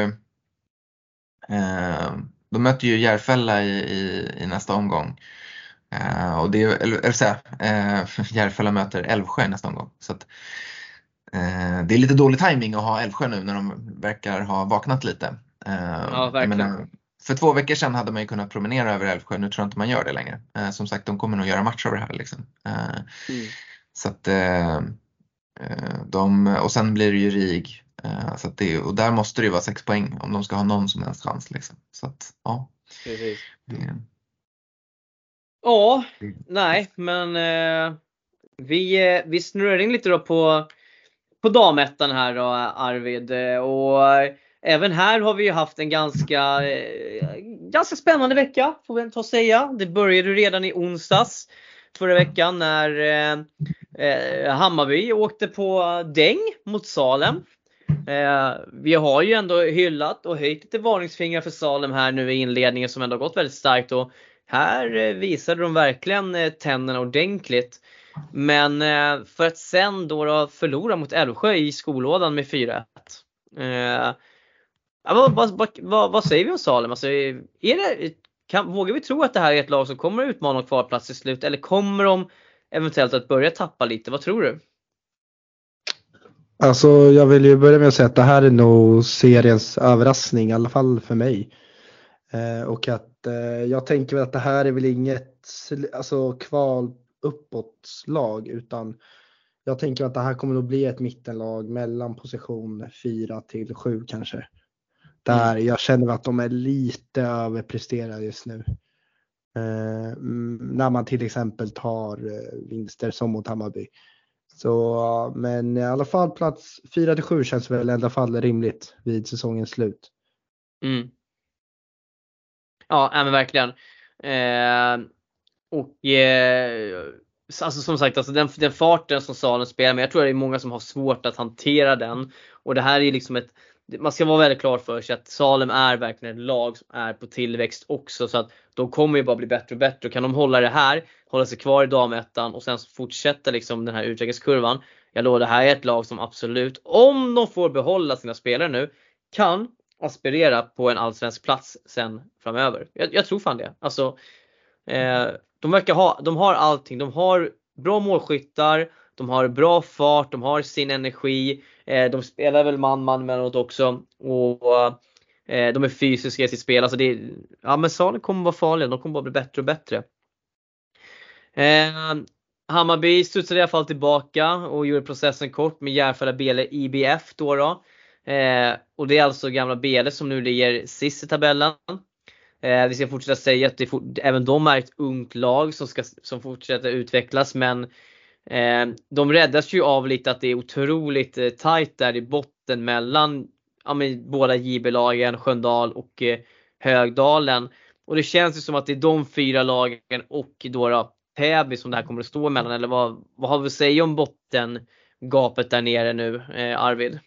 S2: eh, de möter ju Järfälla i, i, i nästa omgång. Uh, och det är, eller, eller så här, uh, Järfälla möter Älvsjö i nästa omgång. Så att, uh, det är lite dålig timing att ha Älvsjö nu när de verkar ha vaknat lite. Uh,
S1: ja, verkligen.
S2: Menar, för två veckor sedan hade man ju kunnat promenera över Älvsjö. Nu tror jag inte man gör det längre. Uh, som sagt, de kommer nog göra match av det här. Liksom. Uh, mm. Så att, uh, de, och sen blir det ju Rig. Uh, så att det, och där måste det ju vara sex poäng om de ska ha någon som helst chans. Liksom. Så att, ja.
S1: Precis.
S2: Det,
S1: Ja, nej, men eh, vi, eh, vi snurrar in lite då på, på damettan här då, Arvid. Och eh, även här har vi ju haft en ganska, eh, ganska spännande vecka, får vi ta och säga. Det började redan i onsdags förra veckan när eh, eh, Hammarby åkte på däng mot Salem. Eh, vi har ju ändå hyllat och höjt lite varningsfingrar för Salem här nu i inledningen som ändå gått väldigt starkt, och här eh, visade de verkligen eh, tänderna ordentligt. Men eh, för att sen då, då förlora mot Älvsjö i skolådan med fyra ett. Eh, ja, vad, vad, vad, vad säger vi om Salem? Alltså, är det, kan, vågar vi tro att det här är ett lag som kommer att utmana kvalplats i slut, eller kommer de eventuellt att börja tappa lite? Vad tror du?
S3: Alltså jag vill ju börja med att säga att det här är nog seriens överraskning, i alla fall för mig. Eh, och att eh, jag tänker väl att det här är väl inget alltså, kval uppåt lag, utan jag tänker att det här kommer att bli ett mittenlag mellan position fyra till sju kanske. Där mm. jag känner att de är lite överpresterade just nu. Eh, när man till exempel tar eh, vinster som mot Hammarby. Så, men i alla fall plats fyra till sju känns väl i alla fall rimligt vid säsongens slut.
S1: Mm. Ja, men verkligen. Eh, och eh, alltså som sagt, alltså den, den farten som Salem spelar med, jag tror det är många som har svårt att hantera den. Och det här är liksom ett, man ska vara väldigt klar för sig att Salem är verkligen ett lag som är på tillväxt också, så att de kommer ju bara bli bättre och bättre. Och kan de hålla det här, hålla sig kvar i damettan och sen fortsätta liksom den här utvecklingskurvan, jag lovar, det här är ett lag som absolut, om de får behålla sina spelare nu, kan aspirera på en allsvensk plats sen framöver. Jag, jag tror fan det. Alltså, eh, de verkar ha, de har allting. De har bra målskyttar, de har bra fart, de har sin energi. Eh, de spelar väl man-man med något också. Och eh, de är fysiska i sitt spel. Alltså det, ja, men Salem kommer vara farliga. De kommer bara bli bättre och bättre. Eh, Hammarby studsade i alla fall tillbaka och gjorde processen kort med Järfälla Bele I B F då då. Eh, och det är alltså gamla Bele som nu ligger sist i tabellen. Eh, vi ska fortsätta säga att det for, även de är ett ungt lag som, ska, som fortsätter utvecklas. Men eh, de räddas ju av lite att det är otroligt eh, tajt där i botten mellan ja, men, båda J B-lagen, Sköndal och eh, Högdalen. Och det känns ju som att det är de fyra lagen och då, då Täby som det här kommer att stå emellan. Eller vad, vad har vi att säga om bottengapet där nere nu, eh, Arvid?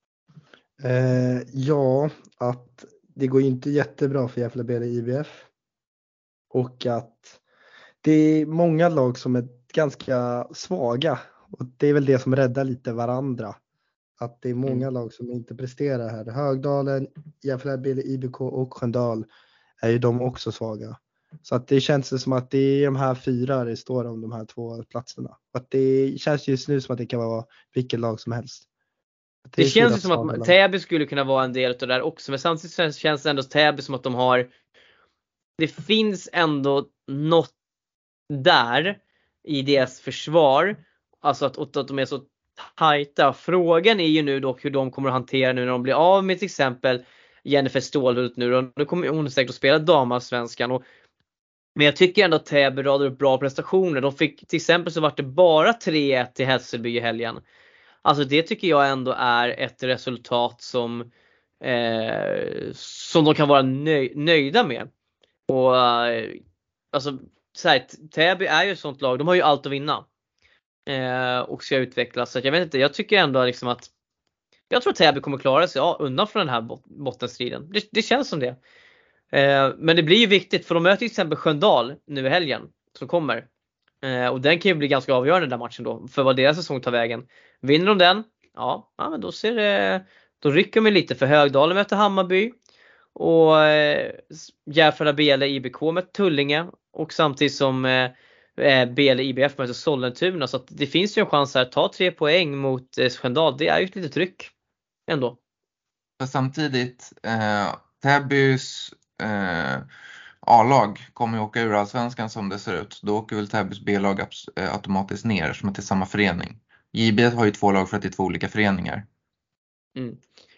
S3: Eh, ja, att det går ju inte jättebra för Järfälla Bele I B F. Och att det är många lag som är ganska svaga. Och det är väl det som räddar lite varandra. Att det är många mm. lag som inte presterar här. Högdalen, Järfälla Bele I B K och Sköndal är ju de också svaga. Så att det känns som att det är de här fyra det står om de här två platserna. Att det känns just nu som att det kan vara vilket lag som helst.
S1: Det, det känns ju som att Täby skulle kunna vara en del av det där också. Men samtidigt känns det ändå Täby som att de har, det finns ändå något där i deras försvar. Alltså att, att de är så tajta. Frågan är ju nu dock hur de kommer att hantera nu när de blir av med till exempel Jennifer Stålhult nu. Och nu kommer hon säkert att spela damallsvenskan. Och men jag tycker ändå att Täby radar upp bra prestationer. De fick till exempel så var det bara tre ett till Hässelby i helgen. Alltså det tycker jag ändå är ett resultat som eh, som de kan vara nöj, nöjda med. Och eh, alltså så här, Täby är ju ett sånt lag. De har ju allt att vinna. Eh, och ska utvecklas. Så jag vet inte, jag tycker ändå liksom att jag tror att Täby kommer klara sig ja, undan från den här bot- bottenstriden. Det, det känns som det. Eh, men det blir ju viktigt för de möter till exempel Sköndal nu i helgen som kommer. Eh, och den kan ju bli ganska avgörande den matchen då. För vad deras säsong tar vägen. Vinner de den, ja, ja men då ser det, då rycker de lite för Högdalen möter Hammarby. Och eh, Järfälla Bele I B K med Tullinge. Och samtidigt som eh, Bele I B F möter Sollentuna. Så att det finns ju en chans här att ta tre poäng mot eh, Sköndal. Det är ju ett litet tryck ändå.
S2: Samtidigt, eh, Täbys eh, A-lag kommer ju åka ur allsvenskan som det ser ut. Då åker väl Täbys B-lag eh, automatiskt ner som att det är samma förening. J B har ju två lag för att det är två olika föreningar.
S1: Mm.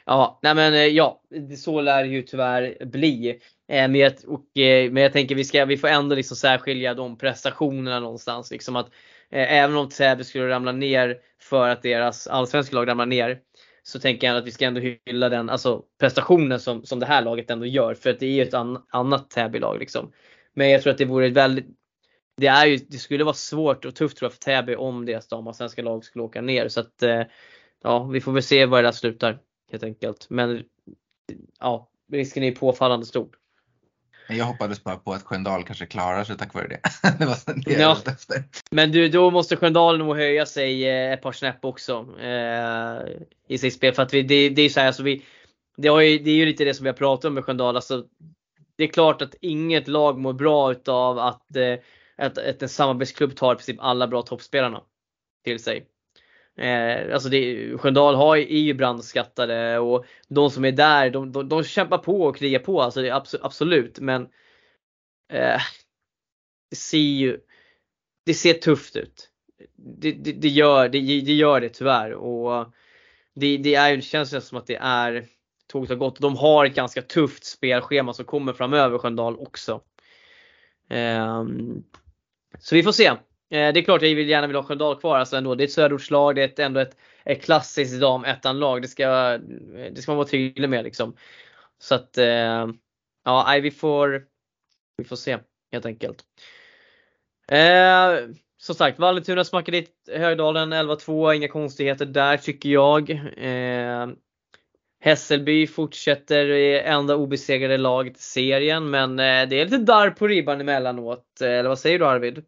S1: Ja, nej men ja, så lär det ju tyvärr bli. Eh, men, jag, och, eh, men jag tänker vi ska vi får ändå liksom särskilja de prestationerna någonstans liksom att eh, även om Täby skulle ramla ner för att deras allsvenska lag ramlar ner, så tänker jag att vi ska ändå hylla den alltså prestationen som som det här laget ändå gör, för att det är ju ett an, annat Täby-lag liksom. Men jag tror att det vore ett väldigt det är ju det skulle vara svårt och tufft tror jag för Täby om deras damallsvenska lag skulle åka ner, så att eh, ja, vi får väl se var det där slutar helt enkelt. Men ja, risken är påfallande stor.
S2: Jag hoppades bara på att Sköndal kanske klarar sig tack vare det. Det var det
S1: ja. efter. Men du, då måste Sköndal nog höja sig ett par snäpp också eh, i sitt spel. För att vi, det, det är så här, alltså vi, det, har ju, det är ju lite det som vi har pratat om med Sköndal. Alltså, det är klart att inget lag mår bra utav att, eh, att, att en samarbetsklubb tar i princip alla bra toppspelarna till sig. Eh, alltså det, Sköndal har, är ju brandskattade och de som är där de, de, de kämpar på och krigar på, alltså det är abs- absolut, men eh, det ser ju det ser tufft ut. Det, det, det, gör, det, det gör det tyvärr, och det, det, är, det känns som att det är tåget har gått. De har ett ganska tufft spelschema som kommer framöver, Sköndal också. Eh, så vi får se. Det är klart jag vill gärna vill ha Sköndal kvar, alltså ändå. Det är ett söderortslag, det är ett, ändå ett, ett klassiskt dam ettan-lag. Det ska, det ska man vara tydlig med liksom. Så att ja, nej, vi får vi får se helt enkelt. Eh, som sagt, Vallentuna smackar dit Högdalen elva två, inga konstigheter där tycker jag. Eh, Hässelby fortsätter enda obesegrade laget i serien, men eh, det är lite darr på ribban emellanåt. Eller vad säger du, Arvid?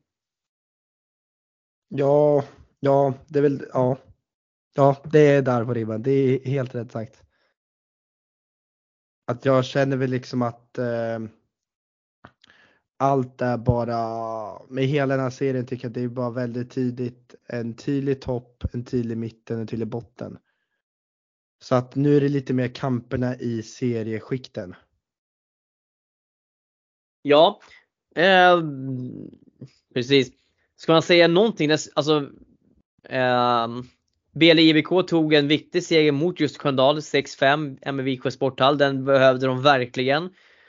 S3: Ja, ja, det är väl, ja. Ja, det är där på ribban. Det är helt rätt sagt. Att jag känner väl liksom att eh, allt är bara, med hela den här serien tycker jag att det är bara väldigt tidigt. En tydlig topp, en tydlig mitten, en tydlig botten. Så att nu är det lite mer kamperna i serieskikten.
S1: Ja, eh, precis. Ska man säga någonting? Alltså, eh, B L I B K tog en viktig seger mot just Sköndal sex fem, M V K Sporthall. Den behövde de verkligen.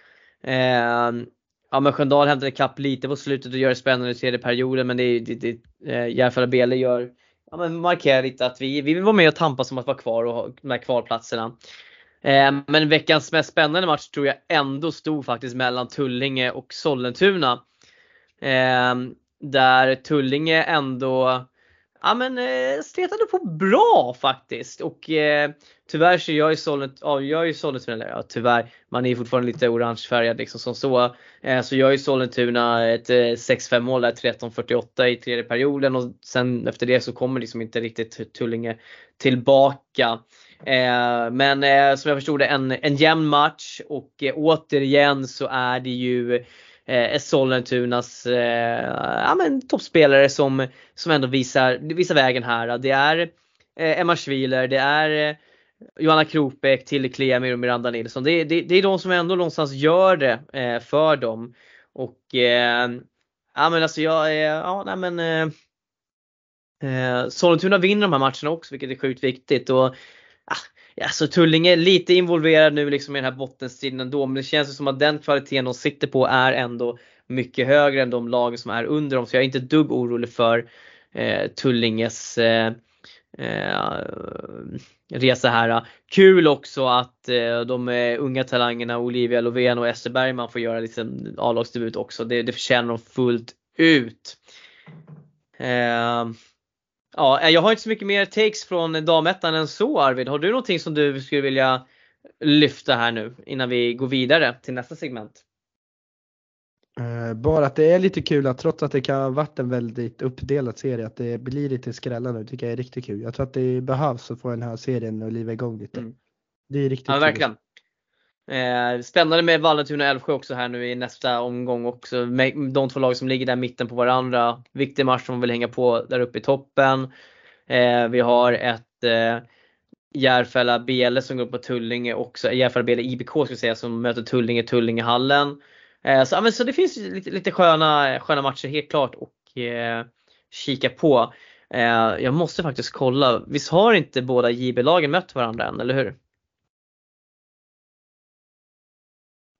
S1: Eh, ja, men Sköndal hämtade kapp lite på slutet och gör det spännande i tredje perioden. Men det är det, det, eh, Järfälla B L gör, ja, men markerar lite att vi, vi vill vara med och tampas som att vara kvar och ha de här kvalplatserna. Eh, men veckans mest spännande match tror jag ändå stod faktiskt mellan Tullinge och Sollentuna. Eh, där Tullinge ändå ja, men eh, stretade på bra faktiskt. Och eh, tyvärr så gör ju Sollentuna, ja, gör ju Sollentuna, ja, tyvärr, man är ju fortfarande lite orangefärgad liksom som så. Eh, så gör ju Sollentuna ett eh, sex fem mål där, tretton fyrtioåtta i tredje perioden. Och sen efter det så kommer liksom inte riktigt Tullinge tillbaka. Eh, men eh, som jag förstod det en, en jämn match. Och eh, återigen så är det ju Eh, Sollentunas eh, ja, men toppspelare som, som ändå visar, visar vägen här. Det är eh, Emma Schwiler, det är eh, Johanna Kropek, Tilde Kleemyr och Miranda Nilsson. Det, det, det är de som ändå någonstans gör det eh, för dem. Och eh, ja men alltså jag eh, ja nej men eh, eh, Sollentuna vinner de här matcherna också, vilket är sjukt viktigt. Och ja, så Tullinge är lite involverad nu liksom i den här bottenstriden ändå, men det känns som att den kvaliteten de sitter på är ändå mycket högre än de lagen som är under dem, så jag är inte ett dugg orolig för eh, Tullinges eh, eh, resa här. Kul också att eh, de eh, unga talangerna Olivia Lovén och Ester Bergman får göra liksom A-lagsdebut också. Det, det förtjänar de fullt ut. Eh, Ja, jag har inte så mycket mer takes från damettan än så, Arvid. Har du någonting som du skulle vilja lyfta här nu innan vi går vidare till nästa segment?
S3: Uh, bara att det är lite kul att trots att det kan ha varit en väldigt uppdelad serie, att det blir lite skrälla nu, tycker jag är riktigt kul. Jag tror att det behövs att få den här serien att liva igång lite. Mm. Det är riktigt
S1: ja,
S3: kul.
S1: Verkligen. Eh, spännande med Vallentuna och Älvsjö också här nu i nästa omgång också. De två lag som ligger där mitten på varandra. Viktig match som man vill hänga på där uppe i toppen. Eh, vi har ett eh, Järfälla B L som går på Tullinge också. Järfälla B L I B K ska jag säga, som möter Tullinge, Tullingehallen. Eh, så, men, så det finns lite, lite sköna, sköna matcher helt klart och eh, kika på. Eh, jag måste faktiskt kolla. Visst har inte båda J B-lagen mött varandra än, eller hur?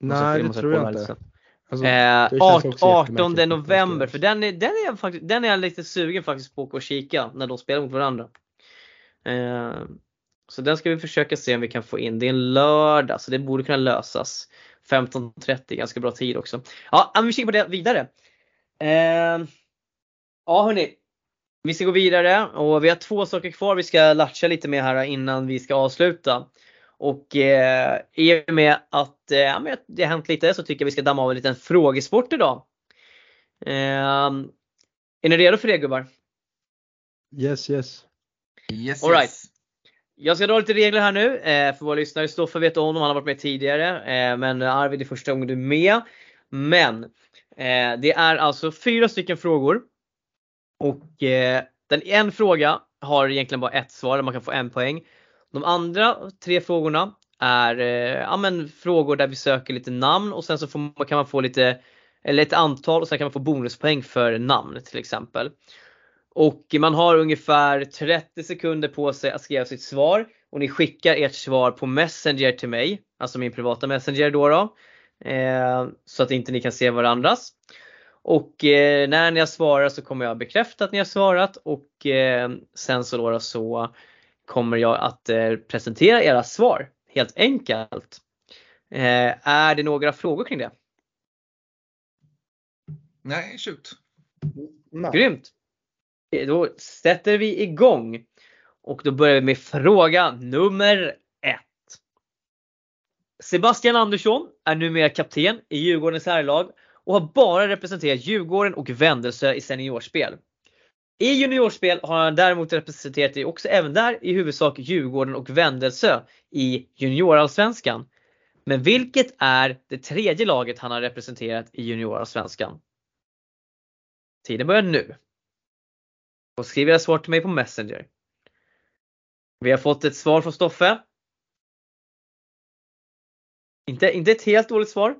S3: Nej, det, det tror jag inte.
S1: Alltså, eh, artonde november, för den är, den, är faktiskt, den är jag lite sugen faktiskt på att kika när de spelar mot varandra. Eh, så den ska vi försöka se om vi kan få in. Det är en lördag, så det borde kunna lösas. femton trettio, ganska bra tid också. Ja, men vi kikar på det vidare. Eh, ja hörni, vi ska gå vidare och vi har två saker kvar vi ska latcha lite med här innan vi ska avsluta. Och eh, i och med att eh, ja, men det har hänt lite, så tycker jag vi ska damma av en liten frågesport idag. Eh, är ni redo för det, gubbar?
S3: Yes, yes.
S2: Yes,
S1: all right.
S2: Yes.
S1: Jag ska dra lite regler här nu eh, för våra lyssnare. Stoffe vet om, han har varit med tidigare, eh, men Arvid är första gången du är med. Men eh, det är alltså fyra stycken frågor. Och eh, den en fråga har egentligen bara ett svar, där man kan få en poäng. De andra tre frågorna är eh, ja, men frågor där vi söker lite namn, och sen så får man, kan man få lite, eller ett antal, och sen kan man få bonuspoäng för namn till exempel. Och man har ungefär trettio sekunder på sig att skriva sitt svar, och ni skickar ert svar på Messenger till mig, alltså min privata Messenger då, då eh, så att inte ni kan se varandras. Och eh, när ni har svarat så kommer jag bekräfta att ni har svarat, och eh, sen så, då så kommer jag att eh, presentera era svar, helt enkelt. Eh, är det några frågor kring det?
S2: Nej, shoot.
S3: Nej.
S1: Grymt. Då sätter vi igång. Och då börjar vi med fråga nummer ett. Sebastian Andersson är numera kapten i Djurgårdens herrlag och har bara representerat Djurgården och Vändelsö i seniorspel. I juniorspel har han däremot representerat det också även där i huvudsak Djurgården och Vändelsö i juniorallsvenskan. Men vilket är det tredje laget han har representerat i juniorallsvenskan? Tiden börjar nu. Och skriv era svar till mig på Messenger. Vi har fått ett svar från Stoffe. Inte, inte ett helt dåligt svar.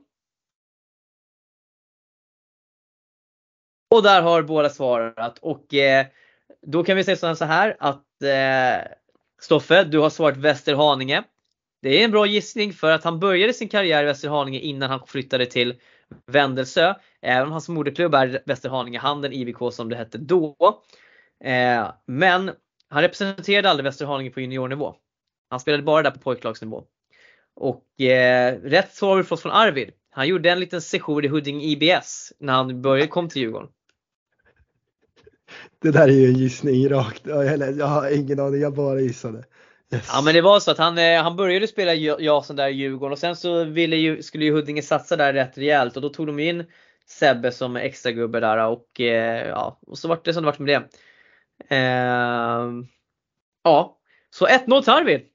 S1: Och där har båda svarat. Och eh, då kan vi säga så här att eh, Stoffe, du har svarat Västerhaninge. Det är en bra gissning, för att han började sin karriär i Västerhaninge innan han flyttade till Vändelsö. Även hans moderklubb är Västerhaninge Handen I B K som det hette då. Eh, men han representerade aldrig Västerhaninge på juniornivå. Han spelade bara där på pojklagsnivå. Och eh, rätt svar vi fått från Arvid. Han gjorde en liten session i Huddinge I B S när han började kom till Djurgården.
S3: Det där är ju en gissning rakt. Jag har ingen aning, jag bara gissade. Yes.
S1: Ja, men det var så att han, han började spela Jason där i Djurgården, och sen så ville ju, skulle ju Huddinge satsa där rätt rejält, och då tog de in Sebbe som extra gubbe där, och eh, ja, och så vart det som det vart med det. Eh, ja, så ett noll till Arvid.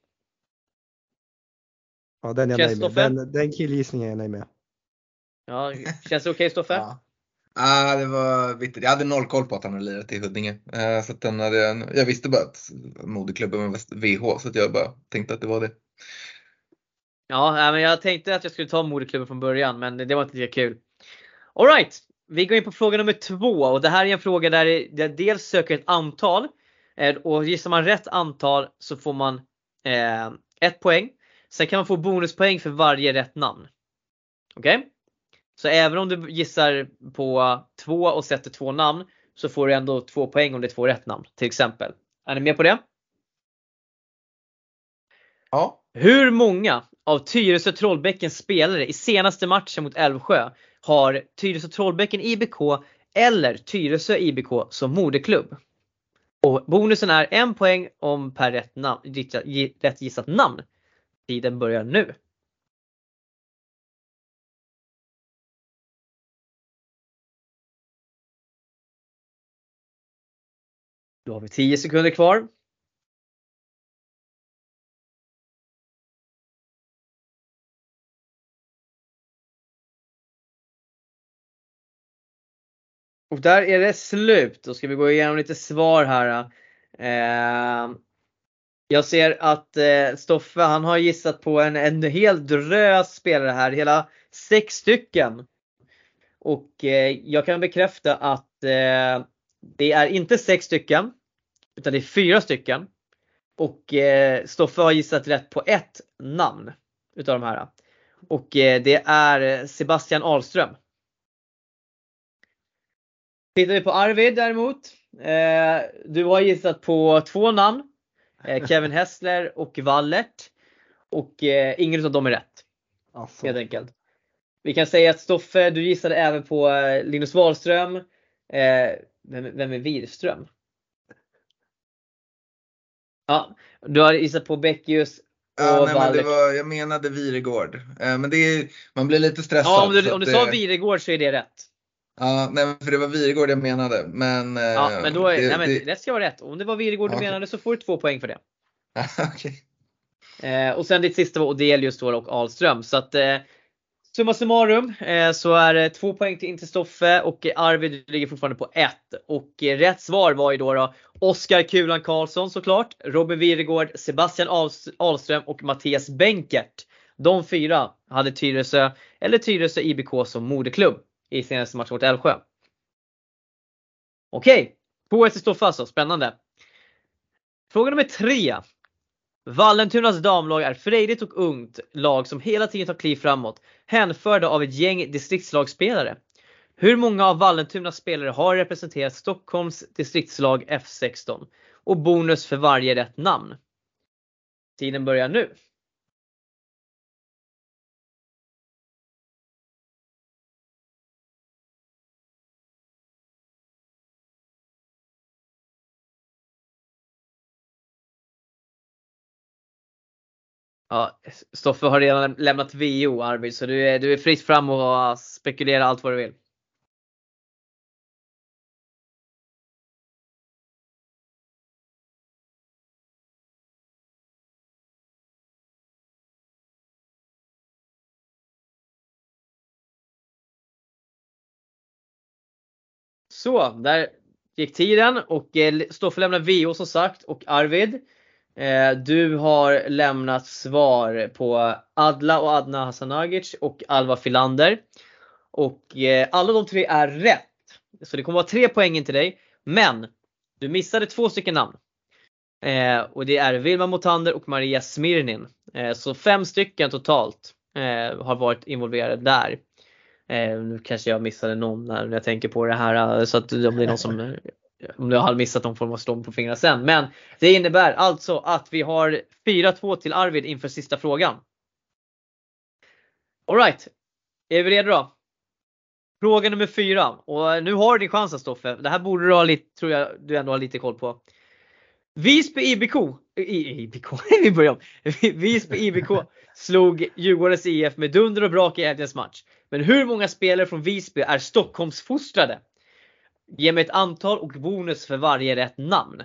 S3: Ja, den är jag nöjd med. Den, den killgissningen är jag nöjd med.
S1: Ja, känns det okej okay, Stoffe?
S2: Ja. Ah, det var vitt. Jag hade noll koll på att han hade lirat i Huddinge. Uh, så att den hade, jag visste bara att moderklubben var V H, så att jag bara tänkte att det var det.
S1: Ja, men jag tänkte att jag skulle ta moderklubben från början, men det var inte lika kul. All right, vi går in på fråga nummer två, och det här är en fråga där jag dels söker ett antal, och gissar man rätt antal så får man eh, ett poäng. Sen kan man få bonuspoäng för varje rätt namn. Okej? Okay? Så även om du gissar på två och sätter två namn, så får du ändå två poäng om det är två rätt namn, till exempel. Är ni med på det?
S2: Ja.
S1: Hur många av Tyresö Trollbäckens spelare i senaste matchen mot Älvsjö har Tyresö Trollbäcken I B K eller Tyresö I B K som moderklubb? Och bonusen är en poäng om per rätt, namn, rätt gissat namn. Tiden börjar nu. Då har vi tio sekunder kvar. Och där är det slut. Då ska vi gå igenom lite svar här. Eh, jag ser att eh, Stoffe, han har gissat på en, en hel drös spelare här. Hela sex stycken. Och eh, jag kan bekräfta att eh, det är inte sex stycken, utan det är fyra stycken. Och eh, Stoffe har gissat rätt på ett namn utav de här. Och eh, det är Sebastian Ahlström. Tittar vi på Arvid däremot. Eh, du har gissat på två namn. Eh, Kevin Hessler och Wallert. Och eh, ingen av dem är rätt.
S3: Alltså.
S1: Helt enkelt. Vi kan säga att Stoffe, du gissade även på eh, Linus Wahlström. Eh, vem, vem är Wirström? Ja, du har gissat på Beckius.
S2: Ja, nej, men det var, jag menade Viregård. Eh, men det är, man blir lite stressad.
S1: Ja, om du, om du
S2: det,
S1: sa Viregård så är det rätt.
S2: Ja, nej, för det var Viregård jag menade. Men,
S1: ja, men då är,
S2: det,
S1: nej, men
S2: det,
S1: rätt ska vara rätt. Om det var Viregård
S2: okay.
S1: du menade så får du två poäng för det.
S2: Okay.
S1: Eh, och sen ditt sista var Odelius då och Ahlström. Så att eh, summa summarum eh, så är det två poäng till Interstoffe och Arvid ligger fortfarande på ett. Och eh, rätt svar var ju då, då Oskar Kulan Karlsson såklart, Robin Viregård, Sebastian Ahlström och Mattias Benkert. De fyra hade Tyresö eller Tyresö I B K som moderklubb i senaste matchen mot Älvsjö. Okej, två ett till Stoffe alltså, spännande. Fråga nummer tre. Vallentunas damlag är frejdigt och ungt lag som hela tiden tar kliv framåt, hänförda av ett gäng distriktslagsspelare. Hur många av Vallentunas spelare har representerat Stockholms distriktslag F sexton? Och bonus för varje rätt namn. Tiden börjar nu. Ja, Stoffe har redan lämnat V O, Arvid, så du är, du är fritt fram och spekulera allt vad du vill. Så, där gick tiden och Stoffe lämnar V O som sagt. Och Arvid, du har lämnat svar på Adla och Adna Hasanagic och Alva Filander. Och alla de tre är rätt. Så det kommer vara tre poäng till dig. Men du missade två stycken namn. Och det är Vilma Motander och Maria Smirnin. Så fem stycken totalt har varit involverade där. Nu kanske jag missade någon när jag tänker på det här. Så att om det är någon som... Om jag har missat någon form av stånd på fingrarna sen. Men det innebär alltså att vi har fyra två till Arvid inför sista frågan. All right. Är vi redo då? Fråga nummer fyra. Och nu har du din chans, Stoffe. Det här borde du ha lite, tror jag du ändå har lite koll på. Visby I B K. I B K. Vi börjar om. Visby I B K slog Djurgårdens I F med dunder och brak i helgens match. Men hur många spelare från Visby är Stockholmsfostrade? Ge mig ett antal och bonus för varje rätt namn.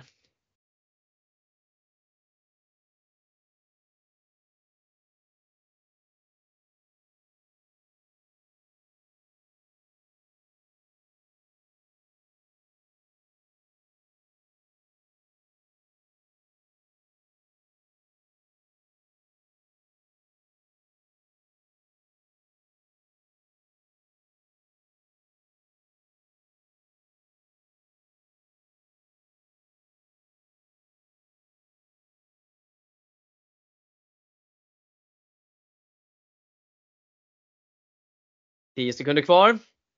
S1: tio sekunder kvar.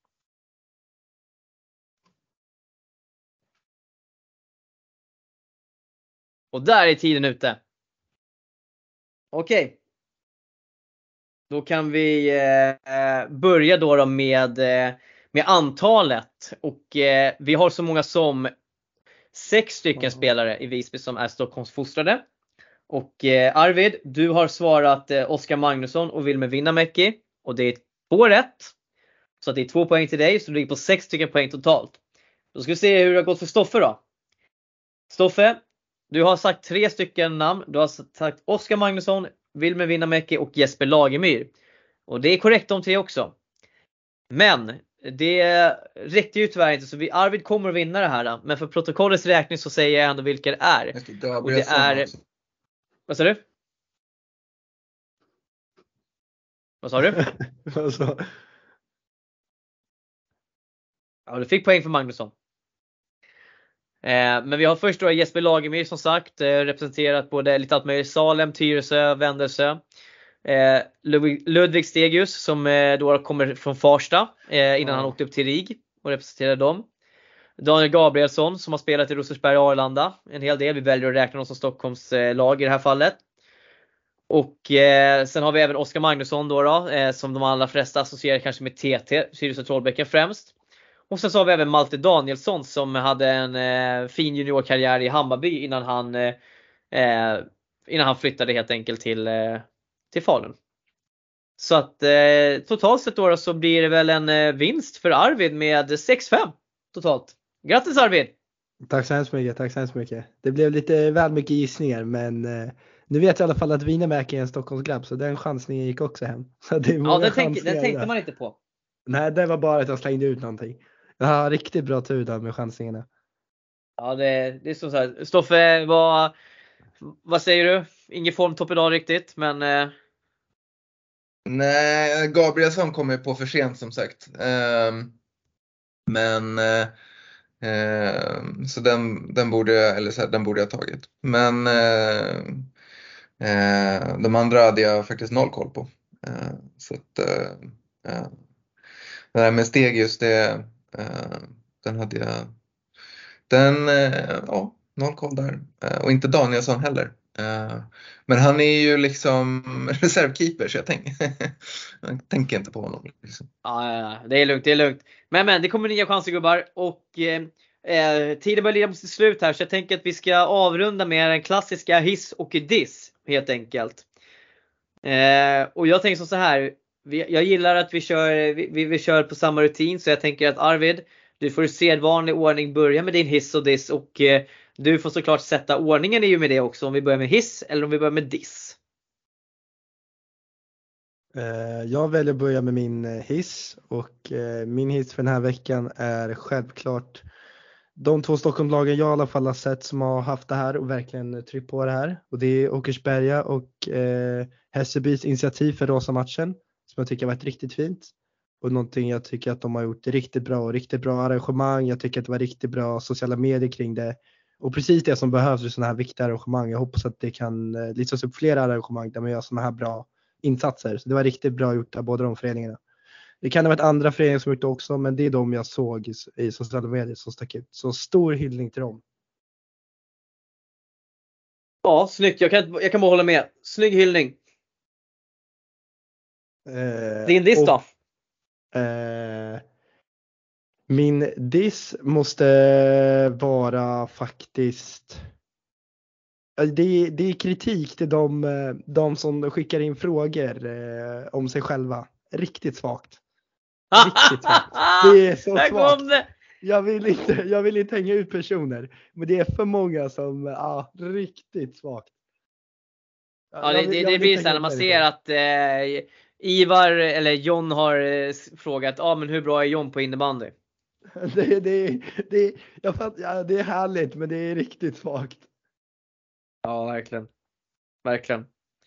S1: Och där är tiden ute. Okej. Okay. Då kan vi eh, börja då, då med, eh, med antalet. Och eh, vi har så många som sex stycken mm. spelare i Visby som är Stockholmsfostrade. Och eh, Arvid, du har svarat eh, Oskar Magnusson och Wilmer Vinnamäki. Och det är två rätt. Så det är två poäng till dig, så du ligger på sex stycken poäng totalt. Då ska vi se hur det har gått för Stoffe då. Stoffe, du har sagt tre stycken namn. Du har sagt Oskar Magnusson, Wilmer Vinnamäki och Jesper Lagemyr. Och det är korrekt de tre också. Men det räckte ju tyvärr inte, så vi, Arvid kommer att vinna det här då. Men för protokollets räkning så säger jag ändå vilka det är. Och det är... Vad sa du? Vad sa du? Ja, du fick poäng för Magnusson. Eh, men vi har först då Jesper Lagemyr som sagt. Eh, representerat både lite allt möjligt. Salem, Tyresö, Vändelsö. Eh, Ludvig, Ludvig Stegius som eh, då kommer från Farsta eh, innan
S3: Ja.
S1: han åkte upp till Rig och representerade dem. Daniel Gabrielsson som har spelat i Rosersberg och Arlanda en hel del. Vi väljer att räkna honom som Stockholms eh, lag i det här fallet. Och eh, sen har vi även Oskar Magnusson då, då eh, som de allra flesta associerar kanske med T T, Sirius och Trollbäcken främst. Och sen så har vi även Malte Danielsson som hade en eh, fin juniorkarriär i Hammarby innan han eh, eh, innan han flyttade helt enkelt till eh, till Falun. Så att eh, totalt sett då, då så blir det väl en eh, vinst för Arvid med sex fem totalt. Grattis Arvid!
S3: Tack så hemskt mycket, tack så hemskt mycket. Det blev lite väl mycket gissningar, men eh, nu vet jag i alla fall att Wienermäki är en Stockholmsgrabb, så den chansningen gick också hem. Så det är
S1: Ja, den, tänk, den tänkte man inte på.
S3: Nej, det var bara att jag slängde ut någonting. Jag har riktigt bra tur där med chansningarna.
S1: Ja, det, det är så här. Stoffe, vad, vad säger du? Ingen formtopp idag riktigt, men... Eh...
S2: Nej, Gabrielsson kommer på för sent som sagt. Um, men... Uh... Eh, så den, den, borde jag, eller så här, den borde jag ha tagit. Men eh, eh, de andra hade jag faktiskt noll koll på. Eh, så att, eh, det här med Stegius, det, eh, den hade jag, den, eh, ja, noll koll där. Eh, och inte Danielsson heller. Eh, men han är ju liksom reservkeeper, så jag, tänk, jag tänker inte på honom. Liksom.
S1: Ja, ja, ja, det är lugnt, det är lugnt. Men, men det kommer nya chanser gubbar. Och eh, tiden börjar lida mot sitt slut här. Så jag tänker att vi ska avrunda med den klassiska hiss och diss. Helt enkelt. Eh, och jag tänker så här. Vi, jag gillar att vi kör, vi, vi, vi kör på samma rutin. Så jag tänker att Arvid, du får i sedvanlig ordning börja med din hiss och diss. Och eh, du får såklart sätta ordningen i med det också. Om vi börjar med hiss eller om vi börjar med diss.
S3: Jag väljer att börja med min hiss, och min hiss för den här veckan är självklart de två Stockholmslagen jag i alla fall har sett som har haft det här och verkligen tryckt på det här. Och det är Åkersberga och eh, Hässelbys initiativ för Rosa-matchen som jag tycker har varit riktigt fint. Och någonting jag tycker att de har gjort riktigt bra och riktigt bra arrangemang. Jag tycker att det var riktigt bra sociala medier kring det. Och precis det som behövs i sådana här viktiga arrangemang. Jag hoppas att det kan eh, listas upp flera arrangemang där man gör sådana här bra insatser. Så det var riktigt bra gjort av båda de föreningarna. Det kan ha varit andra föreningar som gjort det också, men det är de jag såg i, i sociala medier som stack ut. Så stor hyllning till dem.
S1: Ja, snyggt. Jag kan, jag kan bara hålla med. Snygg hyllning.
S3: Eh,
S1: Din diss då?
S3: Eh, min diss måste vara faktiskt... Det, det är kritik till de, de som skickar in frågor eh, om sig själva. Riktigt svagt. Riktigt svagt. Det är så svagt. Jag vill inte, jag vill inte hänga ut personer. Men det är för många som, ja, riktigt svagt.
S1: Ja, det, det, det blir så här när man ser att eh, Ivar eller John har eh, frågat, ja ah, men hur bra är John på innebandy?
S3: Det, det, det, jag fatt, ja, det är härligt, men det är riktigt svagt.
S1: Ja, verkligen. Verkligen.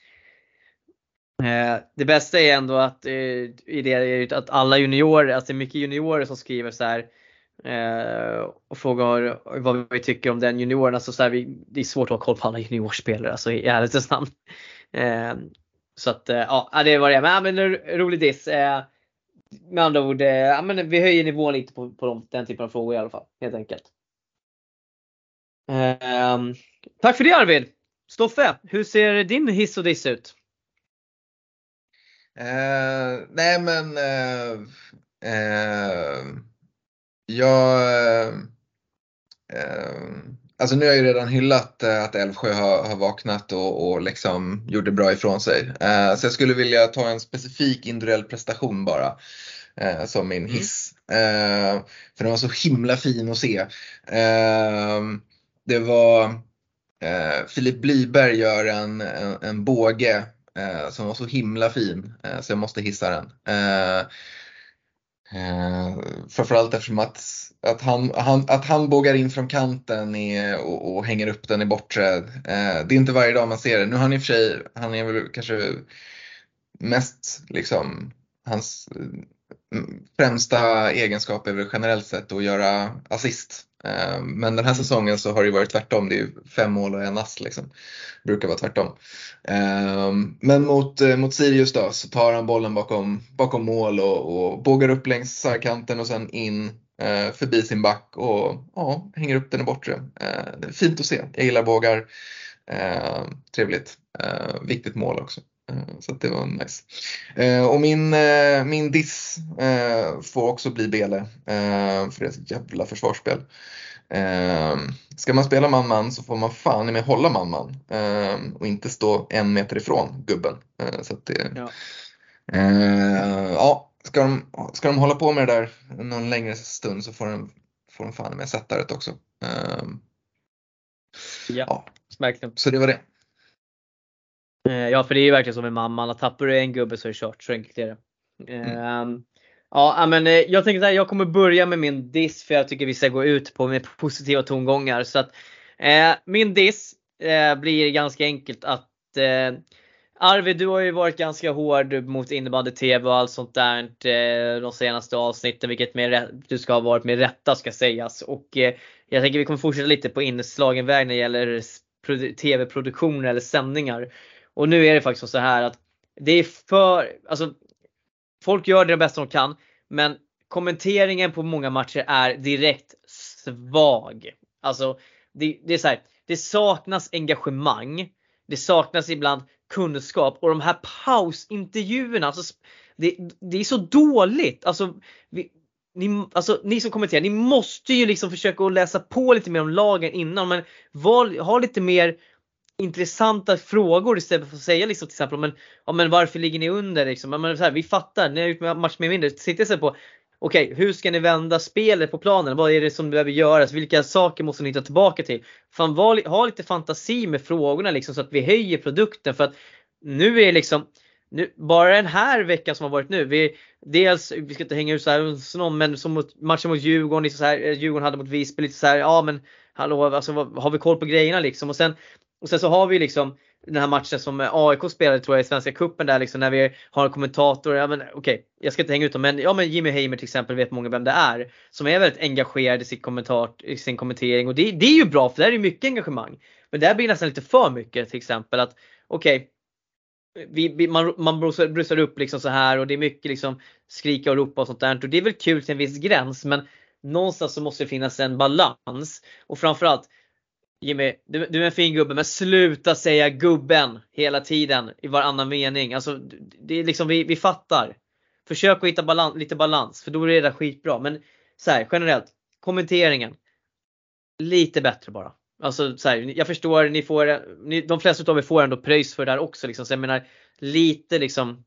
S1: Eh, det bästa är ändå att, eh, i det, att alla juniorer, alltså mycket juniorer som skriver så här eh, och frågar vad vi tycker om den junioren. Alltså så här, vi, det är svårt att ha koll på alla juniorspelare, alltså i ärlighetens namn. Eh, så att, eh, ja, det var det. Men, men en rolig diss. Eh, med andra ord, eh, ja, men vi höjer nivån lite på, på dem, den typen av frågor i alla fall, helt enkelt. Eh, tack för det Arvid. Stoffe, hur ser din hiss och diss ut?
S2: Eh, nej men eh, eh, jag eh, alltså nu har jag ju redan hyllat eh, att Älvsjö har, har vaknat och, och liksom gjorde bra ifrån sig. Eh, så jag skulle vilja ta en specifik individuell prestation bara eh, som min hiss. Eh, för den var så himla fin att se. Eh, det var eh, Filip Blyberg gör en, en, en båge Eh, som var så himla fin, eh, så jag måste hissa den. Eh, eh, framförallt eftersom att, att, han, han, att han bågar in från kanten i, och, och hänger upp den i bortre. Eh, det är inte varje dag man ser det. Nu har han i och för sig, han är väl kanske mest liksom, hans främsta egenskap är väl generellt sett att göra assist. Men den här säsongen så har det varit tvärtom. Det är ju fem mål och en ass liksom. Det brukar vara tvärtom. Men mot, mot Sirius då så tar han bollen bakom, bakom mål och, och bågar upp längs särkanten och sen in förbi sin back och ja, hänger upp den i bortre. Fint att se. Jag gillar bågar. Trevligt. Viktigt mål också. Så att det var nice. Och min, min diss får också bli Bele. För det är ett jävla försvarsspel. Ska man spela man-man så får man fan med hålla man-man. Och inte stå en meter ifrån gubben. Så att det, ja. Ja, ska de, ska de hålla på med det där någon längre stund så får de, får de fan med sätta det också.
S1: Ja, ja. Verkligen.
S2: Så det var det.
S1: Ja, för det är ju verkligen som med mamman. Att tappar du en gubbe så är det kört. Så enkelt är det. Mm. Ja, men jag tänker så här, jag kommer börja med min diss. För jag tycker vi ska gå ut på med positiva tongångar. Så att eh, min diss eh, blir ganska enkelt att eh, Arvid, du har ju varit ganska hård mot innebandy-tv och allt sånt där eh, de senaste avsnitten. Vilket med, du ska ha varit med rätta ska sägas. Och eh, jag tänker vi kommer fortsätta lite på inslagen väg när det gäller tv-produktioner eller sändningar. Och nu är det faktiskt så här att det är för, alltså folk gör det bästa de kan, men kommenteringen på många matcher är direkt svag. Alltså det, det är så här, det saknas engagemang, det saknas ibland kunskap och de här pausintervjuerna, alltså det, det är så dåligt. Alltså vi, Ni, alltså, ni som kommenterar, ni måste ju liksom försöka att läsa på lite mer om lagen innan, men var, ha lite mer intressanta frågor istället för att säga liksom till exempel men, ja, men varför ligger ni under liksom? Men, så här, vi fattar, ni har gjort match med mindre. Sitter sig på okej, okay, hur ska ni vända spelet på planen? Vad är det som behöver göras? Vilka saker måste ni ta tillbaka till? Fan, var, ha lite fantasi med frågorna liksom, så att vi höjer produkten. För att nu är det liksom nu, bara den här veckan som har varit nu, vi, dels, vi ska inte hänga ut så här, men som mot, matchen mot Djurgården, liksom så här, Djurgården hade mot Visby lite så här, ja men hallå, alltså, har vi koll på grejerna liksom? Och sen, och sen så har vi liksom den här matchen som A I K spelade tror jag i Svenska Cupen där liksom, när vi har en kommentator, ja men okej, okay, jag ska inte hänga ut dem, men ja men Jimmy Heimer till exempel vet många vem det är, som är väldigt engagerad i sitt kommentar, i sin kommentering, och det, det är ju bra för där är det mycket engagemang, men där blir det nästan lite för mycket till exempel att okej, okay, Vi, vi, man, man brusar, brusar upp liksom så här och det är mycket liksom skrika och ropa och sånt där, och det är väl kul till en viss gräns, men någonstans så måste det finnas en balans. Och framförallt Jimmy, du, du är en fin gubbe, men sluta säga gubben hela tiden i varannan mening. Alltså det är liksom, vi, vi fattar. Försök att hitta balans, lite balans, för då är det där skitbra. Men så här, generellt, kommenteringen lite bättre bara. Alltså så här, jag förstår, ni får ni, de flesta av er får ändå pröjs för det där också liksom. Så jag menar, lite liksom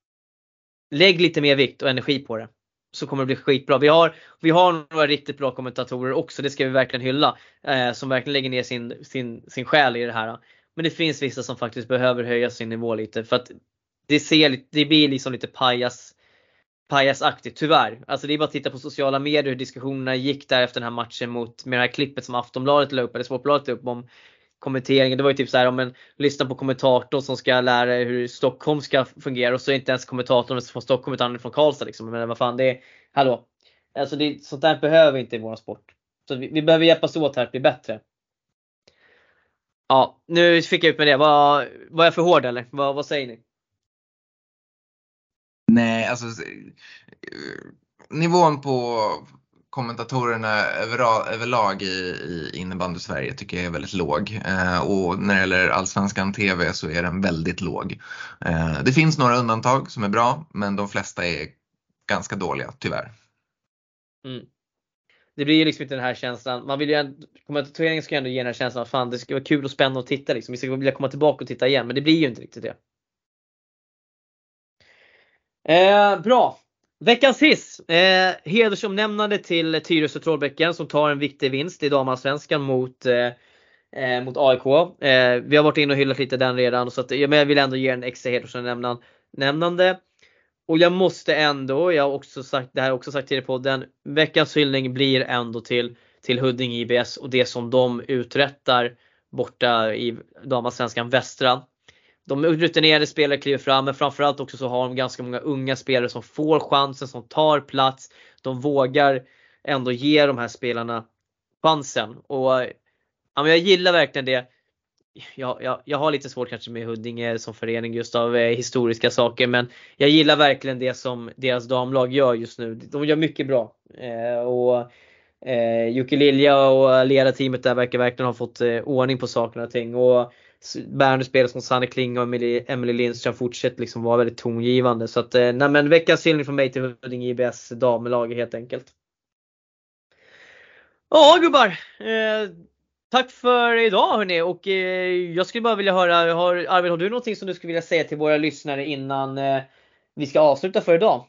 S1: lägg lite mer vikt och energi på det, så kommer det bli skitbra. Vi har, vi har några riktigt bra kommentatorer också, det ska vi verkligen hylla, eh, som verkligen lägger ner sin, sin, sin själ i det här. Men det finns vissa som faktiskt behöver höja sin nivå lite, för att det, ser, det blir liksom lite pajas pajasaktigt, tyvärr. Alltså det är bara att titta på sociala medier hur diskussionerna gick där efter den här matchen mot, med det här klippet som Aftonbladet la upp, eller Sportbladet la upp om kommenteringen. Det var ju typ så här, om en lyssnar på kommentatorn som ska lära hur Stockholm ska fungera, och så är inte ens kommentatorn från Stockholm utan från Karlstad liksom. Men vad fan, det är, hallå. Alltså det, sånt där behöver vi inte i vår sport. Så vi, vi behöver hjälpas åt här att bli bättre. Ja, nu fick jag ut med det. Var, var jag för hård eller? Vad, vad säger ni?
S2: Nej, alltså nivån på kommentatorerna överlag, överlag i, i innebandy Sverige tycker jag är väldigt låg. Eh, och när det gäller Allsvenskan T V så är den väldigt låg. Eh, det finns några undantag som är bra, men de flesta är ganska dåliga, tyvärr.
S1: Mm. Det blir ju liksom inte den här känslan. Man vill ju, kommenteringen ska ju ändå ge den här känslan att fan, det ska vara kul och spännande att titta liksom. Vi ska vilja komma tillbaka och titta igen, men det blir ju inte riktigt det. Eh, bra. Veckans hiss. Eh, hedersomnämnande till Tyresö Trollbäcken som tar en viktig vinst i damallsvenskan mot, eh, mot A I K. Eh, vi har varit in och hyllat lite den redan, så att, ja, men jag vill ändå ge en extra hedersomnämnande. Och jag måste ändå, jag har också sagt, det här har också sagt till podden, veckans hyllning blir ändå till, till Huddinge I B S och det som de uträttar borta i damallsvenskan västra. de rutinerade spelare kliver fram, men framförallt också så har de ganska många unga spelare som får chansen, som tar plats. De vågar ändå ge de här spelarna chansen. Och ja, men jag gillar verkligen det. Jag, jag, jag har lite svårt kanske med Huddinge som förening just av eh, historiska saker, men jag gillar verkligen det som deras damlag gör just nu. De gör mycket bra. Eh, och eh, Jocke Lilja och ledarteamet där verkar verkligen ha fått eh, ordning på sakerna och ting. Och bärande spelare som Sanne Kling och Emily, Emily Lindström fortsätter liksom vara väldigt tongivande. Så att, eh, nej, men veckans hyllning från mig till Huddinge I B S damlag helt enkelt. Ja gubbar, eh, tack för idag hörni, och eh, jag skulle bara vilja höra, har, Arvid, har du någonting som du skulle vilja säga till våra lyssnare innan eh, vi ska avsluta för idag?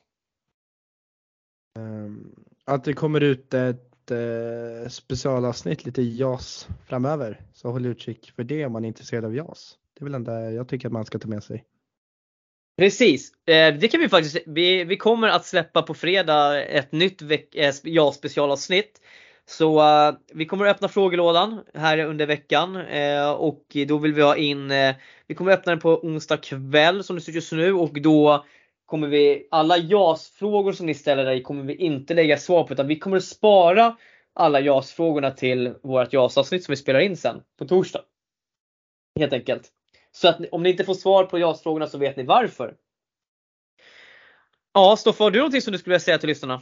S3: Um, att det kommer ut ett eh, specialavsnitt, lite jazz framöver, så håll utkik för det om man är intresserad av jazz. Det är väl det jag tycker att man ska ta med sig.
S1: Precis, eh, det kan vi faktiskt, vi, vi kommer att släppa på fredag ett nytt veck, eh, jazz-specialavsnitt. Så uh, vi kommer att öppna frågelådan här under veckan uh, och då vill vi ha in, uh, vi kommer att öppna den på onsdag kväll som det ser ut just nu, och då kommer vi, alla jazz-frågor som ni ställer där kommer vi inte lägga svar på, utan vi kommer att spara alla jazz-frågorna till vårt jazz-avsnitt som vi spelar in sen på torsdag. Helt enkelt. Så att om ni inte får svar på jazz-frågorna så vet ni varför. Ja, Stoffe, har du någonting som du skulle vilja säga till lyssnarna?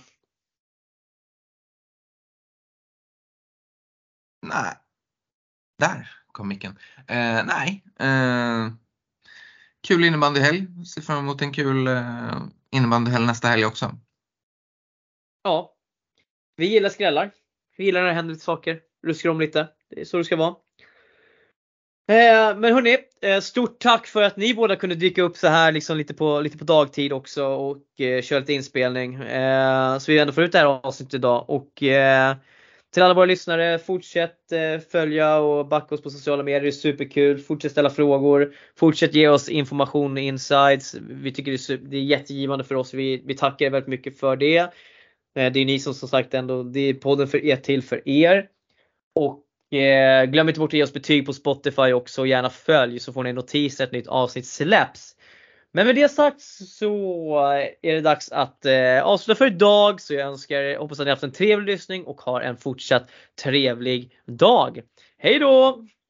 S2: Nej. Där kom micken. Eh, nej. Eh, kul innebandyhelg. Ser fram emot en kul eh, innebandyhelg nästa helg också.
S1: Ja. Vi gillar skrällar. Vi gillar när det händer lite saker. Ruskar om lite. Det är så det ska vara. Eh, men hörni, eh, stort tack för att ni båda kunde dyka upp så här liksom lite på, lite på dagtid också och eh, köra lite inspelning. Eh, så vi ändå får ut det här avsnittet idag. Och eh, till alla våra lyssnare, fortsätt eh, följa och backa oss på sociala medier. Det är superkul. Fortsätt ställa frågor. Fortsätt ge oss information och insights. Vi tycker det är, super, det är jättegivande för oss. Vi, vi tackar väldigt mycket för det. Eh, det är ni som som sagt ändå, det är podden för er till för er. Och Eh, glöm inte bort att ge oss betyg på Spotify också, och gärna följ så får ni en notis när ett nytt avsnitt släpps. Men med det sagt så är det dags att eh, avsluta för idag, så jag önskar, hoppas att ni har haft en trevlig lyssning och har en fortsatt trevlig dag. Hej då!